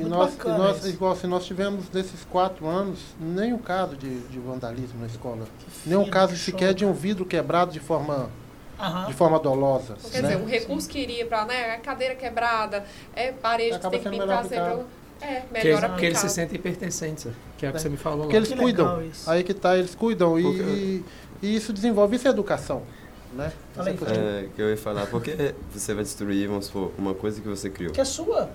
nós tivemos nesses 4 anos nenhum caso de vandalismo na escola. Nenhum caso sequer de um vidro quebrado de forma dolosa. Quer dizer, um recurso que iria para a cadeira quebrada, parede que tem que pintar sempre. Melhor aplicado. Porque eles se sentem pertencentes, que é o que você me falou. Porque eles cuidam. Aí que tá, eles cuidam. E isso desenvolve, isso é educação. Né? Que eu ia falar, porque você vai destruir, vamos supor, uma coisa que você criou. Que é sua.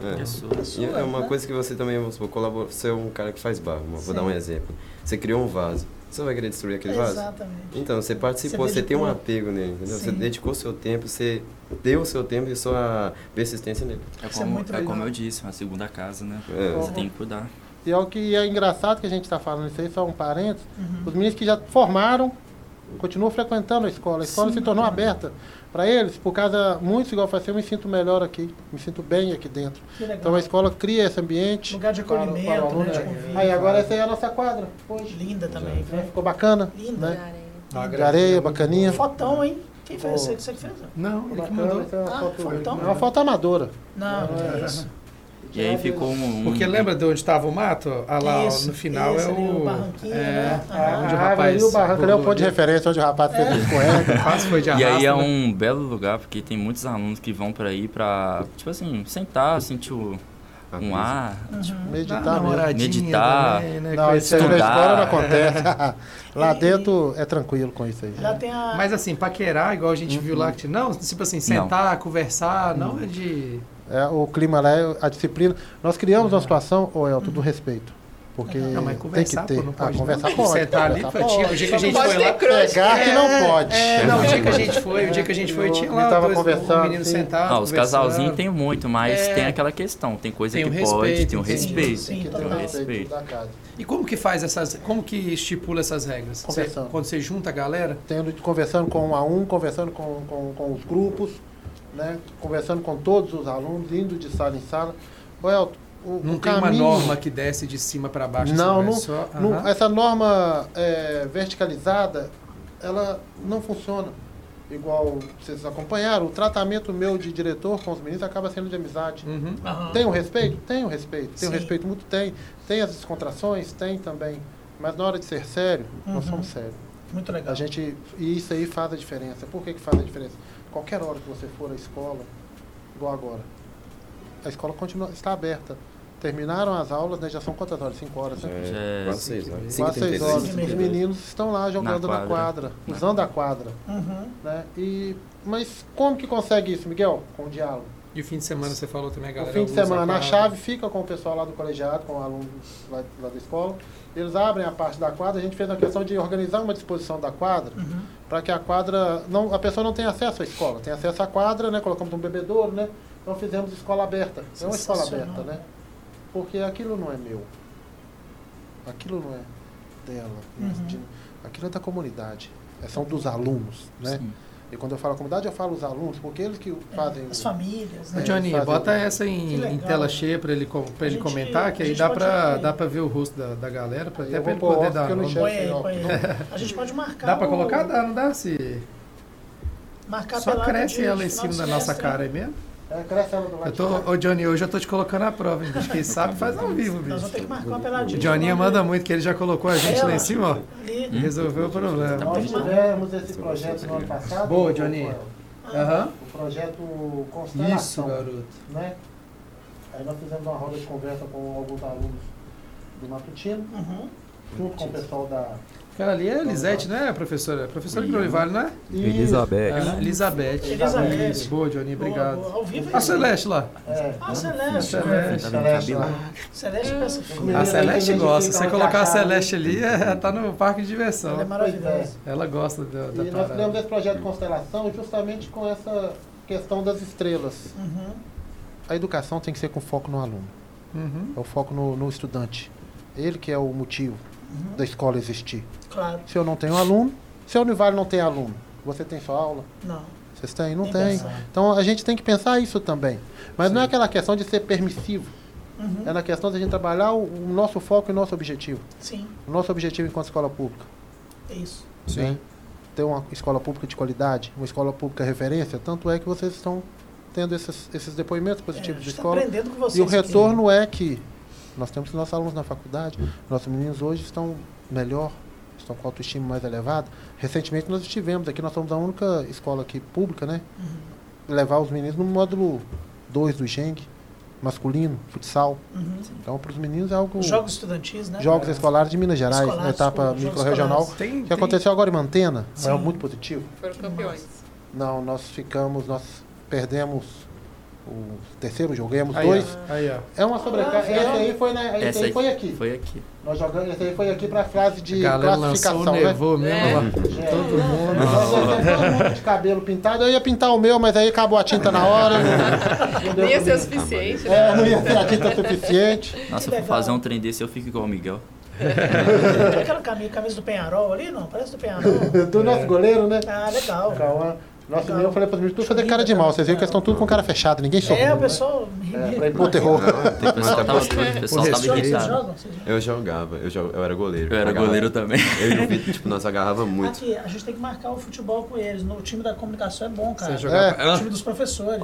E é uma coisa que você também, vamos supor, colabora. Você é um cara que faz barro, vou dar um exemplo. Você criou um vaso. Você vai querer destruir aquele vaso? Exatamente. Então, você participou, você tem um apego nele, entendeu? Você dedicou seu tempo, você deu o seu tempo e sua persistência nele. É como eu disse, uma segunda casa, né? Você tem que cuidar. E é o que é engraçado que a gente está falando isso aí, só um parênteses. Os meninos que já formaram, continuam frequentando a escola. A escola se tornou aberta para eles, por causa, muitos, igual eu falei, eu me sinto melhor aqui, me sinto bem aqui dentro. Então a escola cria esse ambiente. Lugar de acolhimento, para o aluno, né? Aí agora essa aí é a nossa quadra. Hoje. Linda também. Ficou bacana. Linda. Né? De areia, bacaninha. Fotão, hein? Quem fez? Você que fez? Não, ele que mandou. É uma foto amadora. Não, é isso. E aí ficou Porque lembra de onde estava o mato? Lá no final é o barranquinho, onde o rapaz... o barranco é o ponto de referência, onde o rapaz fez o escorrega. E aí é um belo lugar, porque tem muitos alunos que vão para aí para, tipo assim, sentar, sentir um ar, meditar, também, né? Não, isso aí na escola não acontece. Lá dentro é tranquilo com isso aí. Mas assim, paquerar, igual a gente viu lá, não, tipo assim, sentar, conversar, não é de... o clima lá, a disciplina. Nós criamos uma situação, Elton, do respeito. Porque mas conversar, tem que ter. Não pode, conversar não. pode. Sentar ali, o dia que a gente foi lá... Pegar que não pode. Não, o dia que a gente foi, tinha lá conversando, menino sentado. Os casalzinhos tem muito, mas tem aquela questão. Tem coisa que pode, tem um respeito. Tem um respeito. E como que faz como que estipula essas regras? Quando você junta a galera? Conversando com um a um, conversando com os grupos, né? Conversando com todos os alunos, indo de sala em sala. Elton, não tem uma norma que desce de cima para baixo? Não, essa norma verticalizada, ela não funciona. Igual vocês acompanharam, o tratamento meu de diretor com os meninos acaba sendo de amizade. Tem um respeito? Tem um respeito. Tem um respeito muito? Tem as descontrações? Tem também. Mas na hora de ser sério, nós somos sérios. Muito legal. E isso aí faz a diferença. Por que faz a diferença? Qualquer hora que você for à escola, igual agora, a escola está aberta. Terminaram as aulas, né? Já são quantas horas? 5 horas, né? Quase 6 horas. Quase 6 horas. Os meninos estão lá jogando na quadra, usando a quadra. Né? Mas como que consegue isso, Miguel? Com o diálogo. E o fim de semana você falou também, galera? O fim de semana, a chave fica com o pessoal lá do colegiado, com alunos lá da escola. Eles abrem a parte da quadra. A gente fez a questão de organizar uma disposição da quadra para que a quadra... a pessoa não tenha acesso à escola, tem acesso à quadra, né? Colocamos um bebedouro, né? Então fizemos escola aberta. É uma escola aberta, né? Porque aquilo não é meu. Aquilo não é dela. Aquilo é da comunidade. São dos alunos, né? Sim. E quando eu falo comunidade, eu falo os alunos, porque eles que fazem... As famílias, né? Johnny, bota essa em tela cheia para ele comentar, que aí dá para ver o rosto da galera, até para ele poder dar nome. A gente pode marcar. Dá para colocar? Dá, não dá? Se... Marcar só cresce ela em cima da nossa cara aí mesmo? Cresce ela do lado. Ô Johnny, hoje eu tô te colocando à prova, hein? Quem sabe faz ao vivo, bicho. Nós vamos ter que marcar uma peladinha. O Johnny manda muito, que ele já colocou a gente lá em cima, ó. E resolveu o problema. Nós tivemos esse projeto no ano passado. Boa, Johnny. O projeto Constelação. Isso, garoto. Né? Aí nós fizemos uma roda de conversa com alguns alunos do Matutino, junto com o pessoal da... Aquela ali é Elisete, não é, professora? Professora de Vale, não é? Elizabeth. Elizabeth. Elizabeth. Boa, Johnny, obrigado. Boa. Ao vivo, a Celeste lá. A Celeste. Celeste pensa filho. A Celeste gosta. Se você colocar a Celeste ali, tá no parque de diversão. Ela é maravilhosa. Ela gosta da E nós criamos esse projeto Constelação justamente com essa questão das estrelas. A educação tem que ser com foco no aluno. É o foco no estudante. Ele que é o motivo da escola existir. Claro. Se eu não tenho aluno, se a Univale não tem aluno, você tem sua aula? Não. Vocês têm? Não tem. Então a gente tem que pensar isso também. Mas não é aquela questão de ser permissivo. É na questão de a gente trabalhar o nosso foco e o nosso objetivo. Sim. O nosso objetivo enquanto escola pública. É isso. Sim. Né? Ter uma escola pública de qualidade, uma escola pública referência, tanto é que vocês estão tendo esses depoimentos positivos de escola. Aprendendo com vocês e o retorno é que nós temos nossos alunos na faculdade, nossos meninos hoje estão melhor, estão com autoestima mais elevada. Recentemente nós estivemos aqui, nós somos a única escola aqui pública, né? Levar os meninos no módulo 2 do Geng, masculino, futsal. Então para os meninos é algo... Jogos estudantis, né? Jogos escolares de Minas Gerais, na etapa microrregional, que aconteceu agora em Mantena, é muito positivo. Foram campeões. Não, nós perdemos o terceiro jogo, ganhamos 2. É uma sobrecarga. Esse aí foi, né? Esse aí foi aqui. Foi aqui. Nós jogamos, esse aí foi aqui para a fase de classificação, lançou, nevou mesmo lá. Todo mundo de cabelo pintado. Eu ia pintar o meu, mas aí acabou a tinta na hora. Não ia ser o suficiente. Não ia ser a tinta suficiente. Nossa, eu vou fazer um trem desse, eu fico igual o Miguel. Aquela camisa do Penharol ali, não? Parece do Penharol. Do nosso goleiro, né? Ah, legal. Nossa, eu falei para os meninos, tudo fazer cara de mal. Vocês viram que eles estão tudo com cara fechada, ninguém sorriu. O pessoal... Pra impor terror. O pessoal tava irritado. Eu jogava, eu era goleiro. Eu era goleiro também. Eu e o Vitor, tipo, nós agarrava muito. Aqui, a gente tem que marcar o futebol com eles. O time da comunicação é bom, cara. O time dos professores.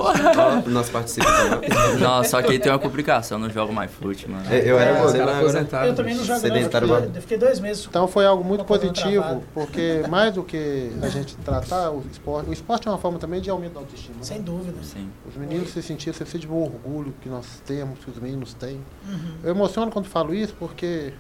Nós participamos. Não, só que aí tem uma complicação, eu não jogo mais fute, mano. Eu era goleiro, eu também não jogo, eu fiquei 2 meses. Então foi algo muito positivo, porque mais do que a gente tratar o esporte é uma forma também de aumento da autoestima. Sem dúvida. Sim. Os meninos se sentiam, você sente um orgulho que nós temos, que os meninos têm. Eu emociono quando falo isso, porque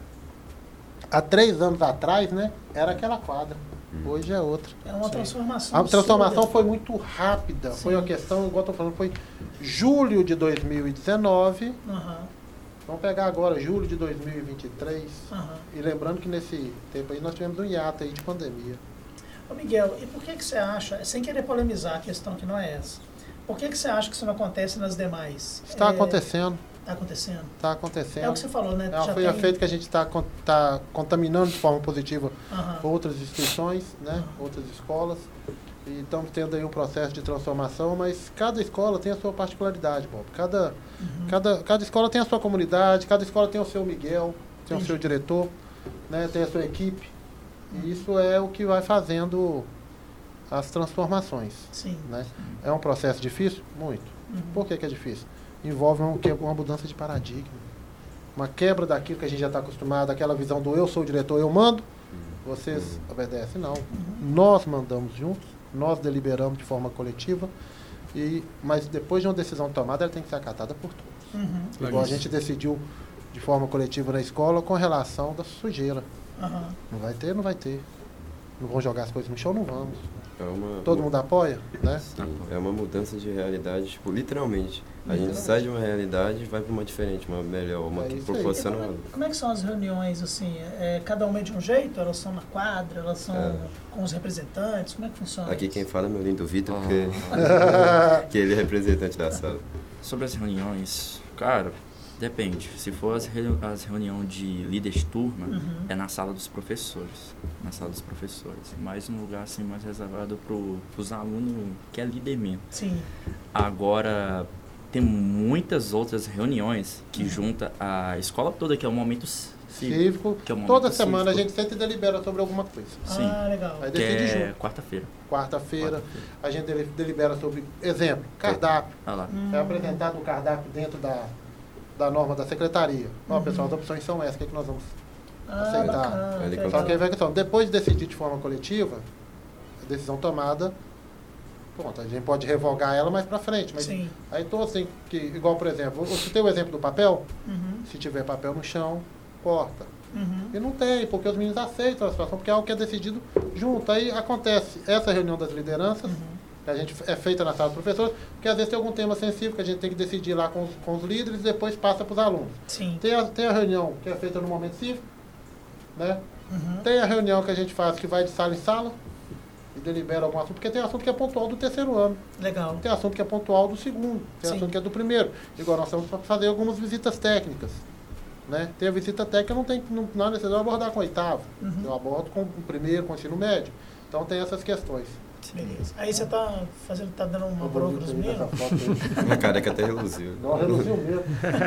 há 3 anos atrás, né, era aquela quadra. Hoje é outra. É uma transformação. A transformação foi muito rápida. Sim. Foi uma questão, igual eu estou falando, foi julho de 2019. Vamos pegar agora julho de 2023. E lembrando que nesse tempo aí nós tivemos um hiato aí de pandemia. Ô Miguel, e por que você acha, sem querer polemizar a questão que não é essa, por que você acha que isso não acontece nas demais? Está acontecendo. Está acontecendo? Está acontecendo. É o que você falou, né? Foi um feito que a gente está contaminando de forma positiva outras instituições, né? Outras escolas. E estamos tendo aí um processo de transformação, mas cada escola tem a sua particularidade, Bob. Cada escola tem a sua comunidade, cada escola tem o seu Miguel, tem o seu diretor, né? Tem a sua equipe. E isso é o que vai fazendo as transformações. Sim. Né? É um processo difícil? Muito. Por que é difícil? Envolve uma mudança de paradigma. Uma quebra daquilo que a gente já está acostumado, aquela visão do eu sou o diretor, eu mando, vocês obedecem. Não. Nós mandamos juntos, nós deliberamos de forma coletiva, mas depois de uma decisão tomada, ela tem que ser acatada por todos. Igual a gente decidiu de forma coletiva na escola com relação da sujeira. Não vai ter, não vai ter. Não vão jogar as coisas no chão, não vamos. Todo mundo apoia, né? É uma mudança de realidade, tipo, literalmente. A gente sai de uma realidade e vai para uma diferente, uma melhor, uma que proporciona. Como é que são as reuniões, assim? Cada uma é de um jeito? Elas são na quadra? Elas são com os representantes? Como é que funciona Aqui isso? quem fala é meu lindo Vitor, que ele é representante da sala. Sobre as reuniões, cara, depende. Se for as reuniões de líder de turma, é na sala dos professores. Na sala dos professores. Mais um lugar assim mais reservado para os alunos, que é líder mesmo. Sim. Agora, tem muitas outras reuniões que junta a escola toda, que é o momento cívico. Que é o momento toda semana a gente sempre delibera sobre alguma coisa. Sim. Legal. Aí decide junto. Quarta-feira. Quarta-feira, a gente delibera sobre, exemplo, cardápio. É apresentado o cardápio dentro da norma da secretaria. Ó, pessoal, as opções são essas, o que, é que nós vamos aceitar? Só que aí vai a questão, depois de decidir de forma coletiva, a decisão tomada, pronto, a gente pode revogar ela mais pra frente. Mas Sim. aí todos tem que, igual por exemplo, você tem o exemplo do papel? Se tiver papel no chão, corta. E não tem, porque os meninos aceitam a situação, porque é algo que é decidido junto. Aí acontece essa reunião das lideranças, que a gente é feita na sala dos professores, porque às vezes tem algum tema sensível que a gente tem que decidir lá com os líderes e depois passa para os alunos. Sim. Tem a reunião que é feita no momento cívico, né? Tem a reunião que a gente faz que vai de sala em sala e delibera algum assunto, porque tem assunto que é pontual do terceiro ano. Legal. Tem assunto que é pontual do segundo, tem assunto que é do primeiro. Igual nós estamos para fazer algumas visitas técnicas. Né? Tem a visita técnica, não é necessário abordar com o oitavo. Eu abordo com o primeiro, com o ensino médio. Então tem essas questões. Beleza. Aí você tá dando uma bronca nos meninos? Minha careca até reluziu. Não, reluziu mesmo.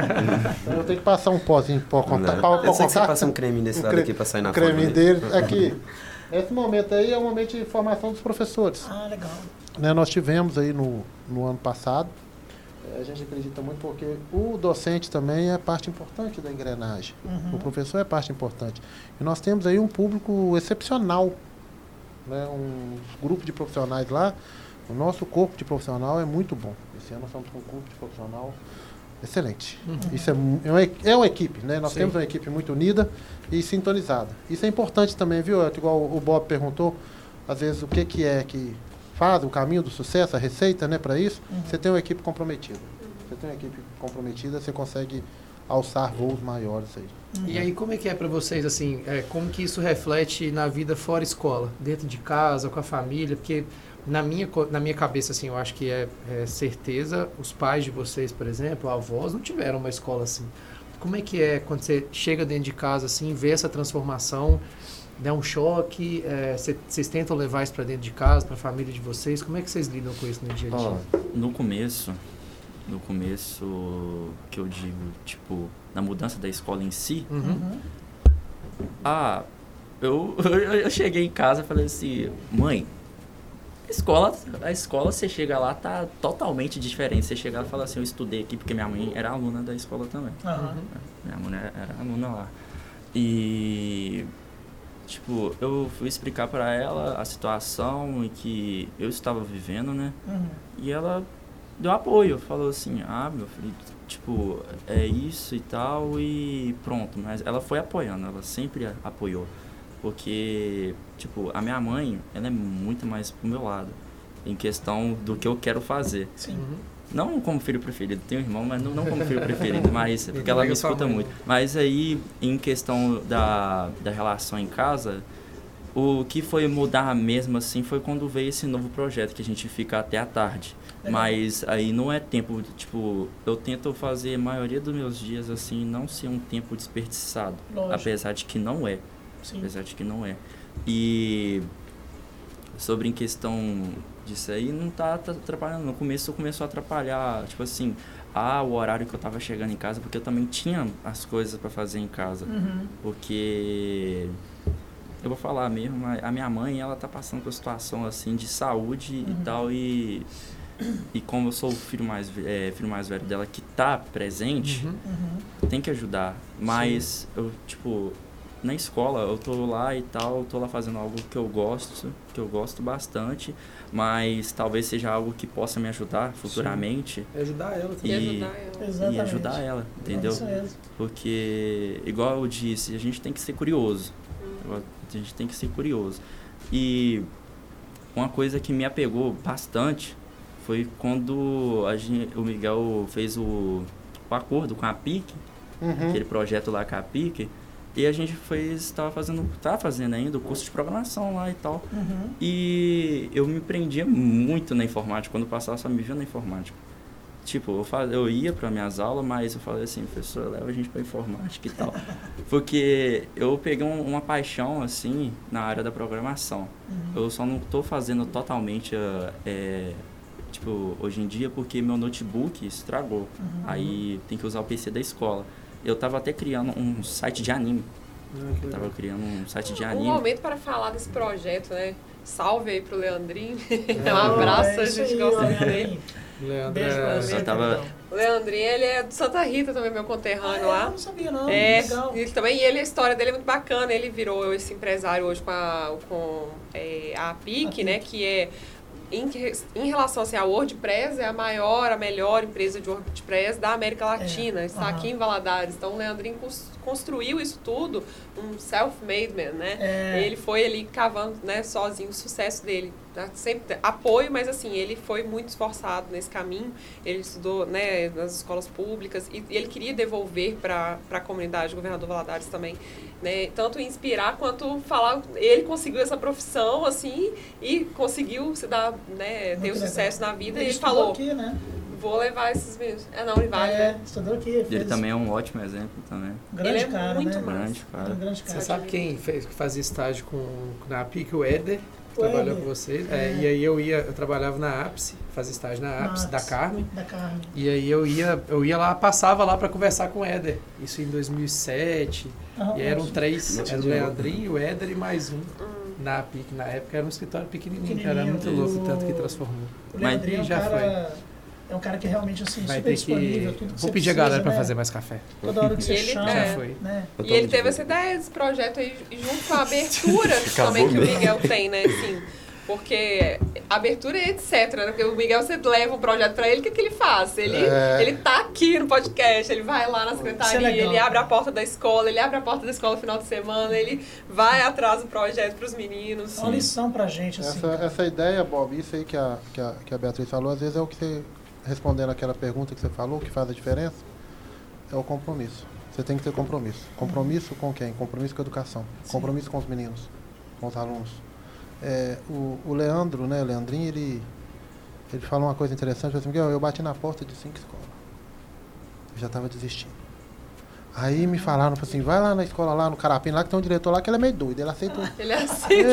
Então eu tenho que passar um pozinho para contar. Eu sei que você passa um creminho desse lado aqui para sair na foto. O creminho dele aqui. Esse momento aí é o momento de formação dos professores. Legal. Né, nós tivemos aí no ano passado, a gente acredita muito porque o docente também é parte importante da engrenagem. O professor é parte importante. E nós temos aí um público excepcional, né? Um grupo de profissionais lá. O nosso corpo de profissional é muito bom. Esse ano nós estamos com um corpo de profissional excelente. Isso é uma equipe, né? Nós temos uma equipe muito unida e sintonizada. Isso é importante também, viu? Igual o Bob perguntou, às vezes, o que é que faz o caminho do sucesso, a receita, né, para isso. Você tem uma equipe comprometida. Você tem uma equipe comprometida, você consegue alçar voos maiores aí. E aí, como é que é para vocês, assim, como que isso reflete na vida fora escola? Dentro de casa, com a família? Porque na minha cabeça, assim, eu acho que é certeza, os pais de vocês, por exemplo, avós, não tiveram uma escola assim. Como é que é quando você chega dentro de casa, assim, vê essa transformação, dá um choque, vocês tentam levar isso para dentro de casa, para a família de vocês? Como é que vocês lidam com isso no dia a dia? No começo que eu digo, tipo, na mudança da escola em si, eu cheguei em casa e falei assim, mãe, a escola você chega lá, tá totalmente diferente. Você chega lá e fala assim, eu estudei aqui, porque minha mãe era aluna da escola também. Minha mãe era aluna lá. E tipo, eu fui explicar para ela a situação em que eu estava vivendo, né? E ela deu apoio, falou assim, meu filho, tipo, é isso e tal, e pronto. Mas ela foi apoiando, ela sempre apoiou. Porque, tipo, a minha mãe, ela é muito mais pro meu lado, em questão do que eu quero fazer. Sim. Não como filho preferido, tenho um irmão, mas não como filho preferido, mas porque ela me escuta muito. Mas aí, em questão da relação em casa, o que foi mudar mesmo, assim, foi quando veio esse novo projeto, que a gente fica até à tarde. Mas aí não é tempo, tipo, eu tento fazer a maioria dos meus dias, assim, não ser um tempo desperdiçado. Lógico. Apesar de que não é. Sim. Apesar de que não é. E sobre em questão disso aí, não tá atrapalhando. No começo começou a atrapalhar, tipo assim, o horário que eu tava chegando em casa, porque eu também tinha as coisas para fazer em casa. Porque eu vou falar mesmo, a minha mãe, ela tá passando por situação assim de saúde e tal, e como eu sou o filho mais velho dela que tá presente, tem que ajudar. Mas eu, tipo, na escola eu tô lá e tal, tô lá fazendo algo que eu gosto bastante, mas talvez seja algo que possa me ajudar futuramente. Ajudar ela também. E ajudar ela, entendeu? Isso mesmo. Porque, igual eu disse, a gente tem que ser curioso. A gente tem que ser curioso. E uma coisa que me apegou bastante foi quando o Miguel fez o acordo com a PIC, aquele projeto lá com a PIC, e a gente tá fazendo ainda o curso de programação lá e tal. E eu me prendia muito na informática, quando eu passava só me via na informática. Tipo, eu ia para minhas aulas, mas eu falei assim, professor, leva a gente para informática e tal. Porque eu peguei uma paixão, assim, na área da programação. Eu só não tô fazendo totalmente, tipo, hoje em dia, porque meu notebook estragou. Aí tem que usar o PC da escola. Eu tava até criando um site de anime. Um momento para falar desse projeto, né? Salve aí pro Leandrinho. Um abraço, a gente gosta dele. O Leandrinho, ele é de Santa Rita também, meu conterrâneo lá. Eu não sabia, não. Legal. E a história dele é muito bacana. Ele virou esse empresário hoje com a PIC, né? Que é, em relação assim, ao WordPress, é a melhor empresa de WordPress da América Latina. Está aqui em Valadares. Então, o Leandrinho construiu isso tudo, um self-made man, né? Ele foi ali cavando, né, sozinho o sucesso dele. Sempre apoio, mas assim, ele foi muito esforçado nesse caminho. Ele estudou, né, nas escolas públicas e ele queria devolver para a comunidade, o governador Valadares também, né, tanto inspirar quanto falar. Ele conseguiu essa profissão assim e conseguiu se dar, né, ter o sucesso na vida. E ele falou aqui, né? Vou levar esses meninos. Na Univale, né? Estudou aqui. Ele também é um ótimo exemplo também. Grande cara, muito né? Grande cara. Você sabe quem fazia estágio na PIC? O Éder. Trabalhou com vocês. E aí eu trabalhava na Ápice, fazia estágio na Ápice, da Carmen. E aí eu ia lá, passava lá para conversar com o Éder. Isso em 2007. E eram 3, era o Leandrinho, o Éder e mais um. Na PIC, na época era um escritório pequenininho, era muito louco o tanto que transformou. O Leandrinho já foi. É um cara que realmente, assim, vai super disponível, tudo que vou pedir a galera para fazer mais café. Toda hora que você chama, já foi. Né? E ele teve essa ideia desse projeto aí, junto com a abertura também que o Miguel tem, né, assim, porque abertura e etc, né, porque o Miguel, você leva um projeto para ele, o que ele faz? Ele tá aqui no podcast, ele vai lá na secretaria, ele abre a porta da escola, no final de semana, ele vai atrás do projeto para os meninos. É uma lição pra gente, assim. Essa ideia, Bob, isso aí que a Beatriz falou, às vezes é o que você... Respondendo aquela pergunta que você falou, o que faz a diferença é o compromisso. Você tem que ter compromisso. Compromisso com quem? Compromisso com a educação. Sim. Compromisso com os meninos, com os alunos. O Leandro, né, o Leandrinho, ele fala uma coisa interessante. Assim, eu bati na porta de 5 escolas. Eu já estava desistindo. Aí me falaram assim, vai lá na escola, lá no Carapim, lá que tem um diretor lá que ele é meio doido. Ele aceita. Ele aceita.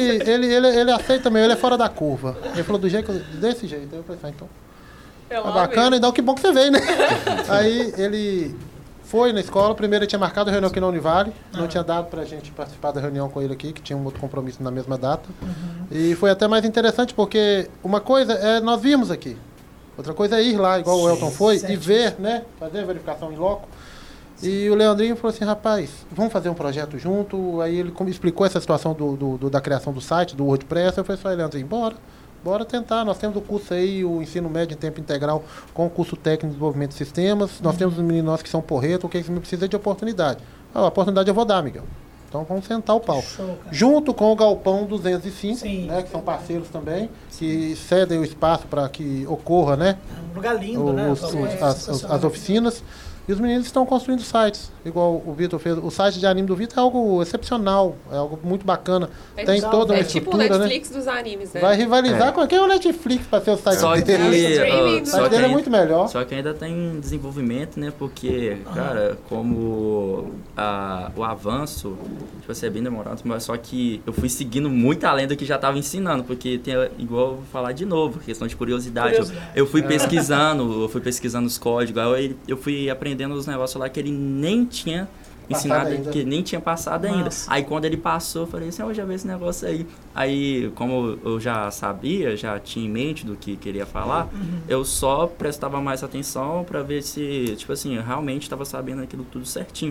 Ele aceita mesmo, ele é fora da curva. Ele falou desse jeito. Aí eu falei, então... Tá bacana, então que bom que você veio, né? Aí ele foi na escola, primeiro ele tinha marcado a reunião aqui na Univale, não tinha dado pra gente participar da reunião com ele aqui, que tinha um outro compromisso na mesma data. E foi até mais interessante, porque uma coisa é nós vimos aqui, outra coisa é ir lá, igual o Elton foi, e ver, né? Fazer a verificação em loco. E o Leandrinho falou assim, rapaz, vamos fazer um projeto junto. Aí ele explicou essa situação da criação do site, do WordPress. Eu falei, Leandrinho, bora tentar. Nós temos o curso aí, o ensino médio em tempo integral com o curso técnico de desenvolvimento de sistemas. Nós temos os meninos nossos que são porretos, o que você precisa de oportunidade. A oportunidade eu vou dar, Miguel. Então vamos sentar o pau. Show, junto com o Galpão 205, né, que são parceiros também, que cedem o espaço para que ocorra, né? Um lugar lindo, né? As oficinas. E os meninos estão construindo sites, igual o Vitor fez. O site de anime do Vitor é algo excepcional, é algo muito bacana. Tem toda uma estrutura, tipo o Netflix, né, dos animes, né? Vai rivalizar com quem é o Netflix para ser o site dele. O site dele é muito melhor. Só que ainda tem desenvolvimento, né? Porque, cara, como o avanço, tipo assim, é bem demorado, mas só que eu fui seguindo muito além do que já estava ensinando, porque tem, igual eu vou falar de novo, questão de curiosidade. Eu fui pesquisando, os códigos, aí eu fui aprendendo os negócios lá que ele nem tinha ensinado, que nem tinha passado ainda. Aí quando ele passou, eu falei assim, eu já vi esse negócio aí. Aí, como eu já sabia, já tinha em mente do que queria falar, eu só prestava mais atenção pra ver se, tipo assim, eu realmente estava sabendo aquilo tudo certinho.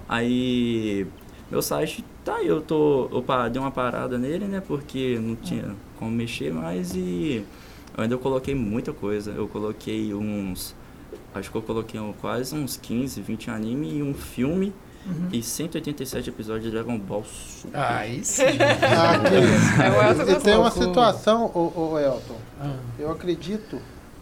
Aí, meu site, eu dei uma parada nele, né, porque não tinha como mexer mais e eu ainda coloquei muita coisa. Eu coloquei acho que eu coloquei quase uns 15, 20 anime e um filme e 187 episódios de Dragon Ball Super. Aí sim. E tem uma situação, o Elton. Eu acredito,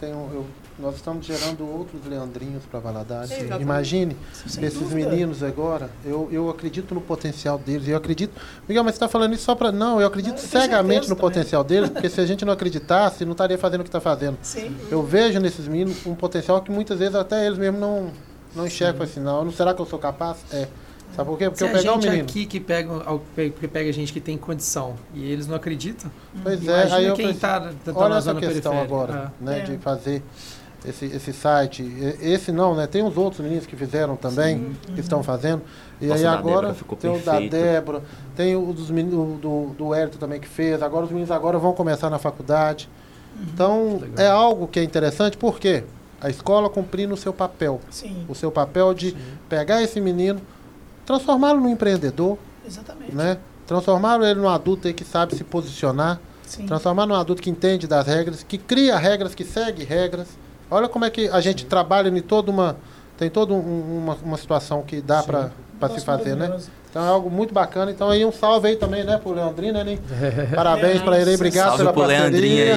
nós estamos gerando outros Leandrinhos para Valadares. Imagine esses meninos agora. Eu acredito no potencial deles. Eu acredito. Miguel, mas você está falando isso só para. Não, eu acredito cegamente no potencial deles, porque se a gente não acreditasse, não estaria fazendo o que está fazendo. Sim. Eu vejo nesses meninos um potencial que muitas vezes até eles mesmos não enxergam assim, não. Será que eu sou capaz? Sabe por quê? Porque eu pegar um menino. Aqui que pega gente que tem condição e eles não acreditam. Pois Imagina aí eu quem tá olha na essa zona questão periférica. agora, né, de fazer esse site. Esse não, né? Tem os outros meninos que fizeram também, que estão fazendo. E Nossa, aí agora tem o da Débora, tem o dos meninos do Hélito também que fez. Agora os meninos agora vão começar na faculdade. Então, legal. É algo que é interessante, porque a escola cumprindo o seu papel. Sim. O seu papel de pegar esse menino, transformá-lo num empreendedor. Exatamente. Né? Transformá-lo ele num adulto aí que sabe se posicionar. Sim. Transformar num adulto que entende das regras, que cria regras, que segue regras. Olha como é que a gente trabalha em toda uma... Tem toda uma situação que dá para se fazer, né? Então é algo muito bacana. Então aí um salve aí também, né, pro Leandrinho, né? Parabéns para ele aí, obrigado salve pela pro parceria.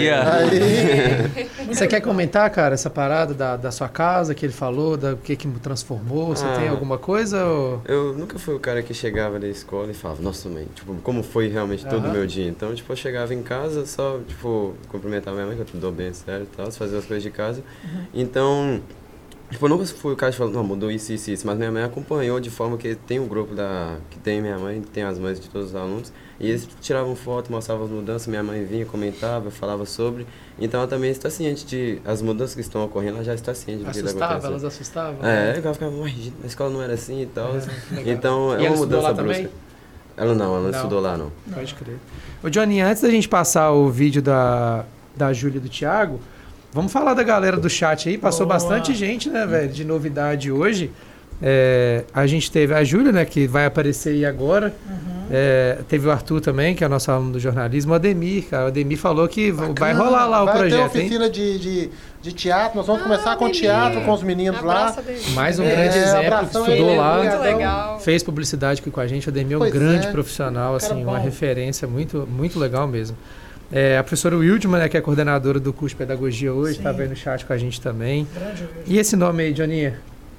Aí. Você quer comentar, cara, essa parada da sua casa que ele falou, o que transformou? Você tem alguma coisa? Ou... Eu nunca fui o cara que chegava da escola e falava, nossa mãe, tipo, como foi realmente todo o meu dia. Então, tipo, eu chegava em casa só, tipo, cumprimentar minha mãe, que eu dou bem sério e tal, fazer as coisas de casa. Então... Tipo, eu nunca fui o cara que falou, não, mudou isso, mas minha mãe acompanhou de forma que tem um grupo que tem minha mãe, tem as mães de todos os alunos, e eles tiravam foto, mostravam as mudanças, minha mãe vinha, comentava, falava sobre, então ela também está ciente de as mudanças que estão ocorrendo, ela já está ciente do que está acontecendo. Elas assustavam? Ela ficava, a escola não era assim e tal, então é uma mudança brusca. Também? Ela não estudou lá não. Pode crer. Ô Johnny, antes da gente passar o vídeo da Júlia e do Thiago, vamos falar da galera do chat aí. Passou bastante gente, né, velho, de novidade hoje. A gente teve a Júlia, né, que vai aparecer aí agora. Teve o Arthur também, que é o nosso aluno do jornalismo. O Ademir, cara. O Ademir falou que vai rolar lá o projeto, hein? Vai ter oficina de teatro. Nós vamos começar com teatro com os meninos lá. Mais um grande exemplo, que estudou lá. Muito legal. Fez publicidade aqui com a gente. O Ademir é um grande profissional, assim, uma referência muito, muito legal mesmo. A professora Wildman, né, que é coordenadora do curso de pedagogia hoje, estava aí no chat com a gente também. E esse nome aí, Johnny?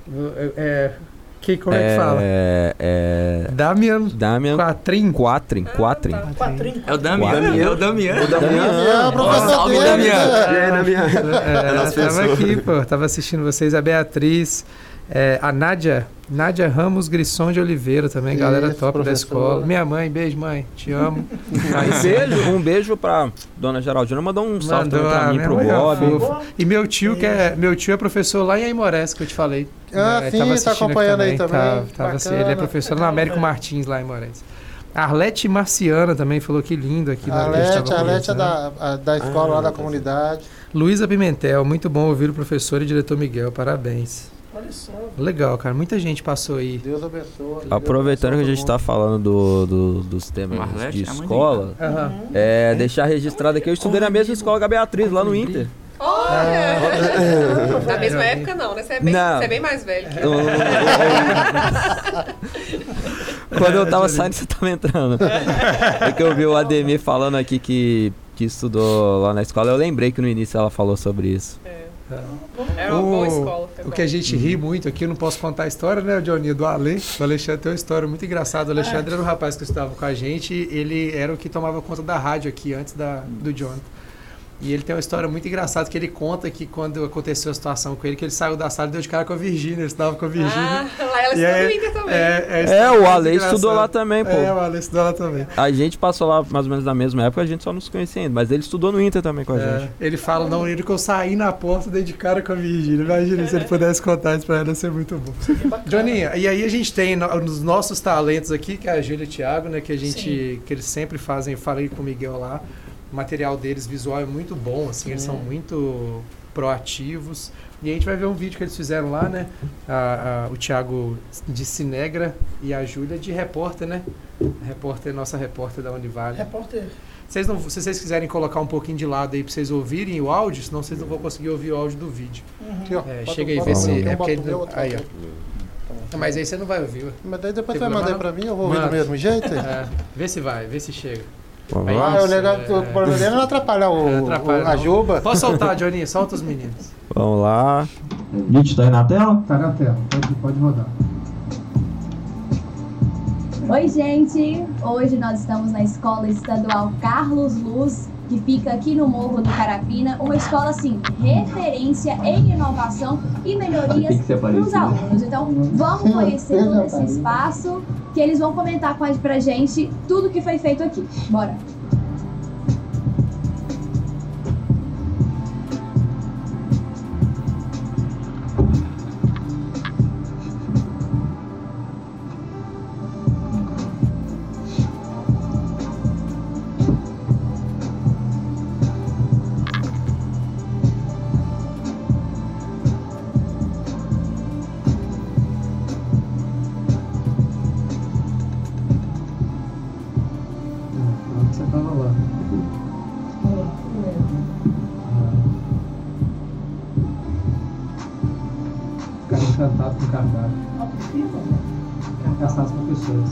Como é que fala? Damian Quatrin. É o Damian. Salve, Damian. Estava aqui, pô. Estava assistindo vocês. A Beatriz, a Nádia Ramos Grisson de Oliveira também, galera top da escola. Minha mãe, beijo, mãe. Te amo. Um beijo pra dona Geraldina. Mandou um salve também pra mim, pro Bob. E meu tio é professor lá em Aimorés, que eu te falei. Sim, tá acompanhando aí também. Ele é professor no Américo Martins, lá em Aimorés. A Arlete Marciana também falou que lindo aqui. A Arlete é da escola lá da comunidade. Luísa Pimentel, muito bom ouvir o professor e diretor Miguel, parabéns. Olha só. Legal, cara. Muita gente passou aí. Deus abençoe. Aproveitando que a gente está falando dos temas de escola, deixar registrado aqui, eu estudei na mesma escola que a Beatriz, lá no Inter. Olha! Da mesma época não, né? Você é bem mais velho que eu. Quando eu tava saindo, você tava entrando. É que eu vi o Ademir falando aqui que estudou lá na escola. Eu lembrei que no início ela falou sobre isso. É uma boa escola. O que a gente ri muito aqui, eu não posso contar a história, né, Johnny, do Ale. O Alexandre tem uma história muito engraçada. O Alexandre era um rapaz que estudava com a gente. Ele era o que tomava conta da rádio aqui, antes do John. E ele tem uma história muito engraçada, que ele conta que quando aconteceu a situação com ele, que ele saiu da sala e deu de cara com a Virgínia. Ele estudava com a Virgínia. Lá ela estudou no Inter também. O Ale estudou lá também, pô. O Ale estudou lá também. A gente passou lá mais ou menos na mesma época, a gente só não se conhecia ainda, mas ele estudou no Inter também com a gente. Ele fala, não, que eu saí na porta e dei de cara com a Virgínia. Imagina se ele pudesse contar isso pra ela, ia ser muito bom. Joninha, e aí a gente tem nos nossos talentos aqui, que é a Júlia e o Thiago, né, que eles sempre fazem, falei com o Miguel lá. O material deles, visual, é muito bom, assim, eles são muito proativos. E a gente vai ver um vídeo que eles fizeram lá, né? O Thiago de Cinegra e a Júlia de repórter, né? Nossa repórter da Univale. Repórter. Se vocês quiserem colocar um pouquinho de lado aí para vocês ouvirem o áudio, senão vocês não vão conseguir ouvir o áudio do vídeo. Chega aí, vê se... Aí, ó. Mas aí você não vai ouvir. Mas daí depois você vai mandar pra mim, eu vou ouvir do mesmo jeito? Vê se vai, vê se chega. O legal o problema dele é não atrapalhar a Juba. Pode soltar, Johnny, solta os meninos. Vamos lá. O vídeo tá aí na tela? Tá na tela, pode rodar. Oi, gente! Hoje nós estamos na Escola Estadual Carlos Luz, que fica aqui no Morro do Carapina, uma escola, assim, referência em inovação e melhorias para os alunos. Então, vamos conhecer todo esse espaço, que eles vão comentar pra gente tudo que foi feito aqui. Bora! Encantado com o cardápio. Caçar as professoras.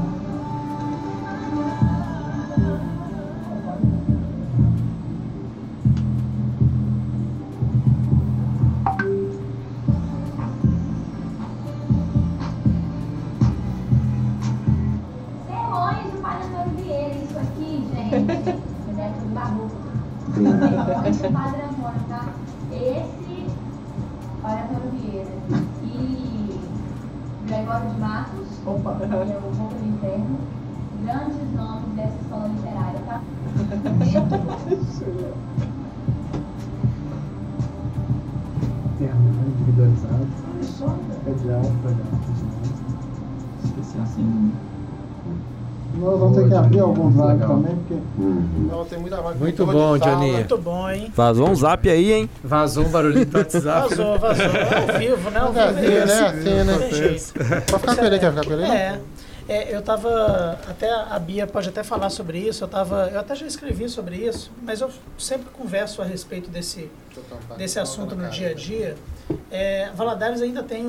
Sermões do Padre Antônio Vieira, isso aqui, gente. É tudo barroco. Sermões do Padre Antônio, tá? Esse Padre Antônio Vieira. E Gregório de Matos, que é o Boca do Inferno, grandes nomes dessa escola literária, tá? Termo individualizado. Pediatra. Esqueci assim. Nós vamos ter que abrir alguns lados também, porque não tem muita vaga. Muito bom, Johnny. Muito bom, hein? Vazou um zap aí, hein? Vazou um barulhinho do WhatsApp. Vazou. É ao vivo, né? Ao vivo né? Pode ficar com ele, quer ficar com ele? Eu tava, até a Bia pode até falar sobre isso, eu até já escrevi sobre isso, mas eu sempre converso a respeito desse assunto no dia a dia. Valadares ainda tem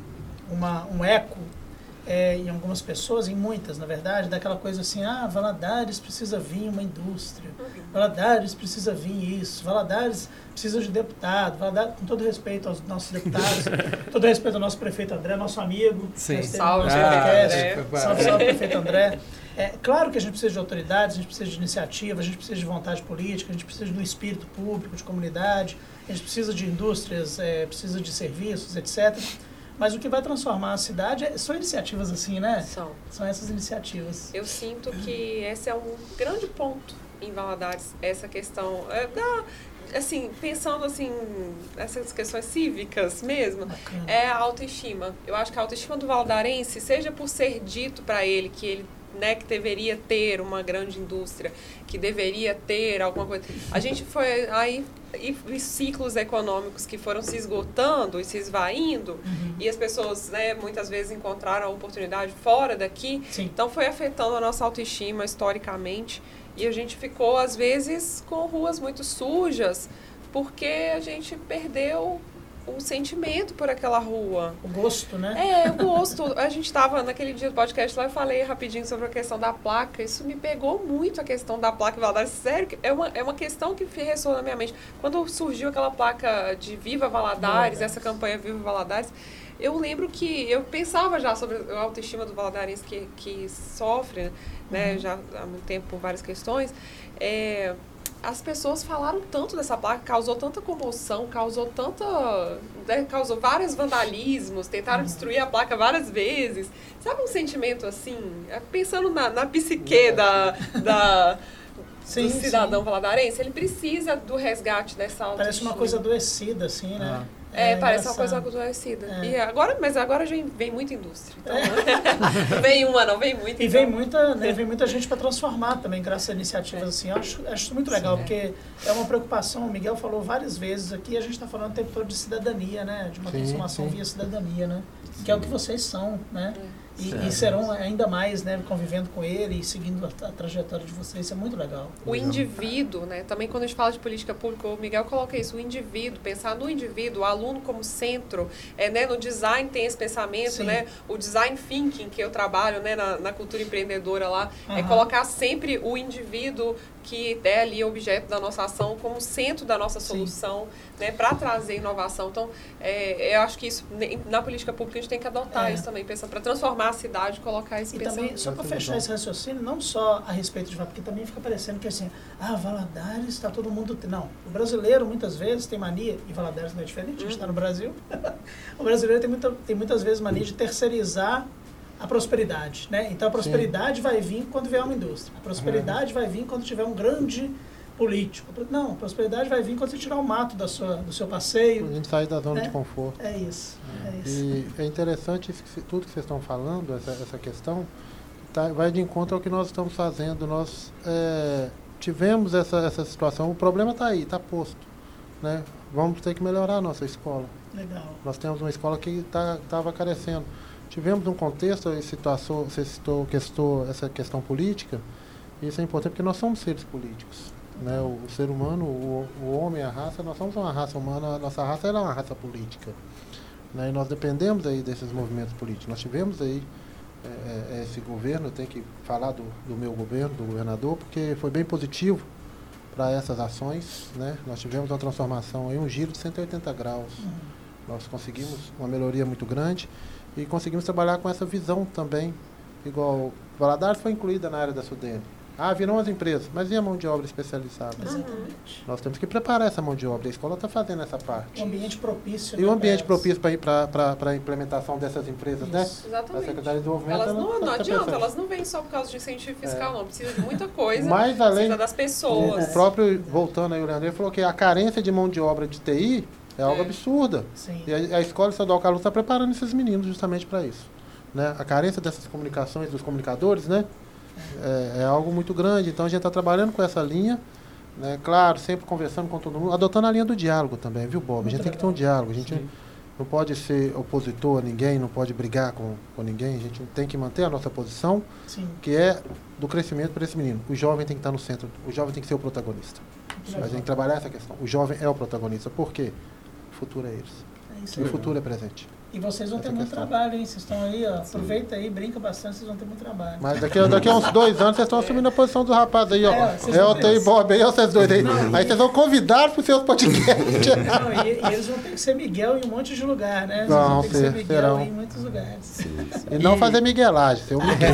um eco em algumas pessoas, em muitas, na verdade, daquela coisa assim, Valadares precisa vir uma indústria, Valadares precisa vir isso, Valadares precisa de deputado, Valadares, com todo respeito aos nossos deputados, todo respeito ao nosso prefeito André, nosso amigo. Sim. Salve, prefeito André. Claro que a gente precisa de autoridades, a gente precisa de iniciativa, a gente precisa de vontade política, a gente precisa de um espírito público, de comunidade, a gente precisa de indústrias, precisa de serviços, etc. Mas o que vai transformar a cidade são iniciativas assim, né? São essas iniciativas. Eu sinto que esse é um grande ponto em Valadares, essa questão, assim, pensando assim, essas questões cívicas mesmo, é a autoestima. Eu acho que a autoestima do valadarense, seja por ser dito para ele que ele, né, que deveria ter uma grande indústria, que deveria ter alguma coisa. A gente foi aí, e os ciclos econômicos que foram se esgotando e se esvaindo, e as pessoas, né, muitas vezes encontraram a oportunidade fora daqui. Sim. Então foi afetando a nossa autoestima historicamente, e a gente ficou, às vezes, com ruas muito sujas, porque a gente perdeu o sentimento por aquela rua. O gosto, né? O gosto. A gente estava naquele dia do podcast lá, eu falei rapidinho sobre a questão da placa. Isso me pegou muito, a questão da placa em Valadares. Sério, é uma questão que ressoou na minha mente. Quando surgiu aquela placa de Viva Valadares, essa campanha Viva Valadares, eu lembro que eu pensava já sobre a autoestima do valadarense que sofre, né, já há muito tempo por várias questões. As pessoas falaram tanto dessa placa, causou tanta comoção, causou vários vandalismos, tentaram destruir a placa várias vezes. Sabe um sentimento assim? Pensando na psique do cidadão valadarense, ele precisa do resgate dessa autoestima. Parece uma coisa adoecida, assim, né? Parece uma coisa adoecida. Mas agora já vem muita indústria. Então, vem uma, não vem muita. E vem muita gente para transformar também, graças a iniciativas assim. Eu acho isso muito legal, porque é uma preocupação, o Miguel falou várias vezes aqui, a gente está falando o tempo todo de cidadania, né? De uma transformação via cidadania, né? Que é o que vocês são, né? E serão ainda mais, né, convivendo com ele e seguindo a trajetória de vocês, isso é muito legal. O indivíduo, né, também quando a gente fala de política pública, o Miguel coloca isso, o indivíduo, pensar no indivíduo, o aluno como centro, né, no design tem esse pensamento, né, o design thinking que eu trabalho, né, na cultura empreendedora lá, é colocar sempre o indivíduo que é ali objeto da nossa ação como centro da nossa solução, né, para trazer inovação. Então, eu acho que isso, na política pública, a gente tem que adotar isso também, pensando para transformar a cidade, colocar esse pensamento. Também, só para fechar esse raciocínio, não só a respeito de porque também fica parecendo que assim, Valadares está todo mundo... Não, o brasileiro muitas vezes tem mania, e Valadares não é diferente, a gente está no Brasil, o brasileiro tem muitas vezes mania de terceirizar a prosperidade, né? Então a prosperidade vai vir quando vier uma indústria. A prosperidade vai vir quando tiver um grande político. Não, a prosperidade vai vir quando você tirar o mato do seu passeio. A gente sair da zona de conforto. É isso. E é interessante tudo que vocês estão falando, essa questão, vai de encontro ao que nós estamos fazendo. Nós tivemos essa situação, o problema está aí, está posto, né? Vamos ter que melhorar a nossa escola. Legal. Nós temos uma escola que estava carecendo. Tivemos um contexto, você citou essa questão política, e isso é importante porque nós somos seres políticos. Né? O ser humano, o homem, a raça, nós somos uma raça humana, a nossa raça é uma raça política. Né? E nós dependemos aí desses movimentos políticos. Nós tivemos aí esse governo, eu tenho que falar do meu governo, do governador, porque foi bem positivo para essas ações. Né? Nós tivemos uma transformação, aí, um giro de 180 graus. Nós conseguimos uma melhoria muito grande. E conseguimos trabalhar com essa visão também, igual Valadares foi incluída na área da SUDENE. Viram as empresas, mas e a mão de obra especializada? Exatamente. Nós temos que preparar essa mão de obra, a escola está fazendo essa parte. Um ambiente propício. E um ambiente propício para a implementação dessas empresas, né? Exatamente. A Secretaria de Desenvolvimento... Elas não adianta, elas não vêm só por causa de incentivo fiscal, não. Precisa de muita coisa, mas, além, precisa das pessoas. O próprio, voltando aí, o Leandro, ele falou que a carência de mão de obra de TI é algo absurda. Sim. E a Escola Estadual Carlos está preparando esses meninos justamente para isso. Né? A carência dessas comunicações, dos comunicadores, né? É algo muito grande. Então a gente está trabalhando com essa linha, né? Claro, sempre conversando com todo mundo, adotando a linha do diálogo também, viu, Bob? A gente tem que ter um diálogo. A gente não pode ser opositor a ninguém, não pode brigar com ninguém. A gente tem que manter a nossa posição, que é do crescimento para esse menino. O jovem tem que estar no centro, o jovem tem que ser o protagonista. A gente tem que trabalhar essa questão. O jovem é o protagonista. Por quê? O futuro é eles. E o futuro é presente. E vocês vão ter muito trabalho, hein? Vocês estão aí, ó. Aproveita aí, brinca bastante, vocês vão ter muito trabalho. Mas daqui a uns 2 anos vocês estão assumindo a posição dos rapazes aí, ó. Elton e Bob aí, ó, vocês dois aí. Aí vocês vão convidar para os seus podcasts. Não, e eles vão ter que ser Miguel em um monte de lugar, né? Vocês vão ter que ser Miguel em muitos lugares. Sim. E não fazer miguelagem, ser o Miguel.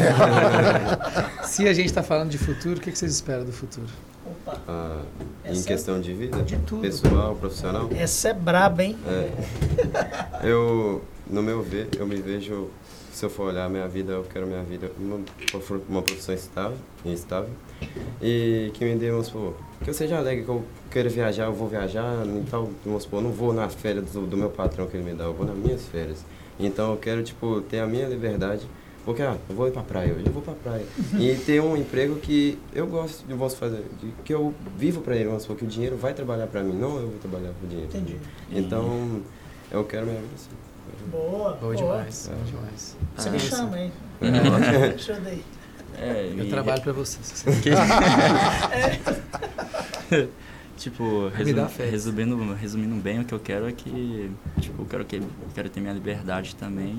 Se a gente está falando de futuro, o que vocês esperam do futuro? Em questão de vida? De tudo. Pessoal, profissional? Essa é braba, hein? No meu ver, eu me vejo, se eu for olhar a minha vida, eu quero minha vida uma profissão estável e que me dê, vamos supor, que eu seja alegre, que eu queira viajar, eu vou viajar, então, vamos supor, não vou nas férias do meu patrão que ele me dá, eu vou nas minhas férias. Então eu quero, tipo, ter a minha liberdade. Porque, eu vou ir pra praia hoje, eu vou pra praia. E ter um emprego que eu gosto de fazer, que eu vivo pra ele, vamos supor, que o dinheiro vai trabalhar pra mim, não eu vou trabalhar pro dinheiro. Entendi. Então, eu quero minha vida assim. Boa demais. Boa demais. Você me chama, hein? Ajuda aí. Eu trabalho pra você. Tipo, resumindo bem, o que eu quero é que, tipo, eu quero ter minha liberdade também.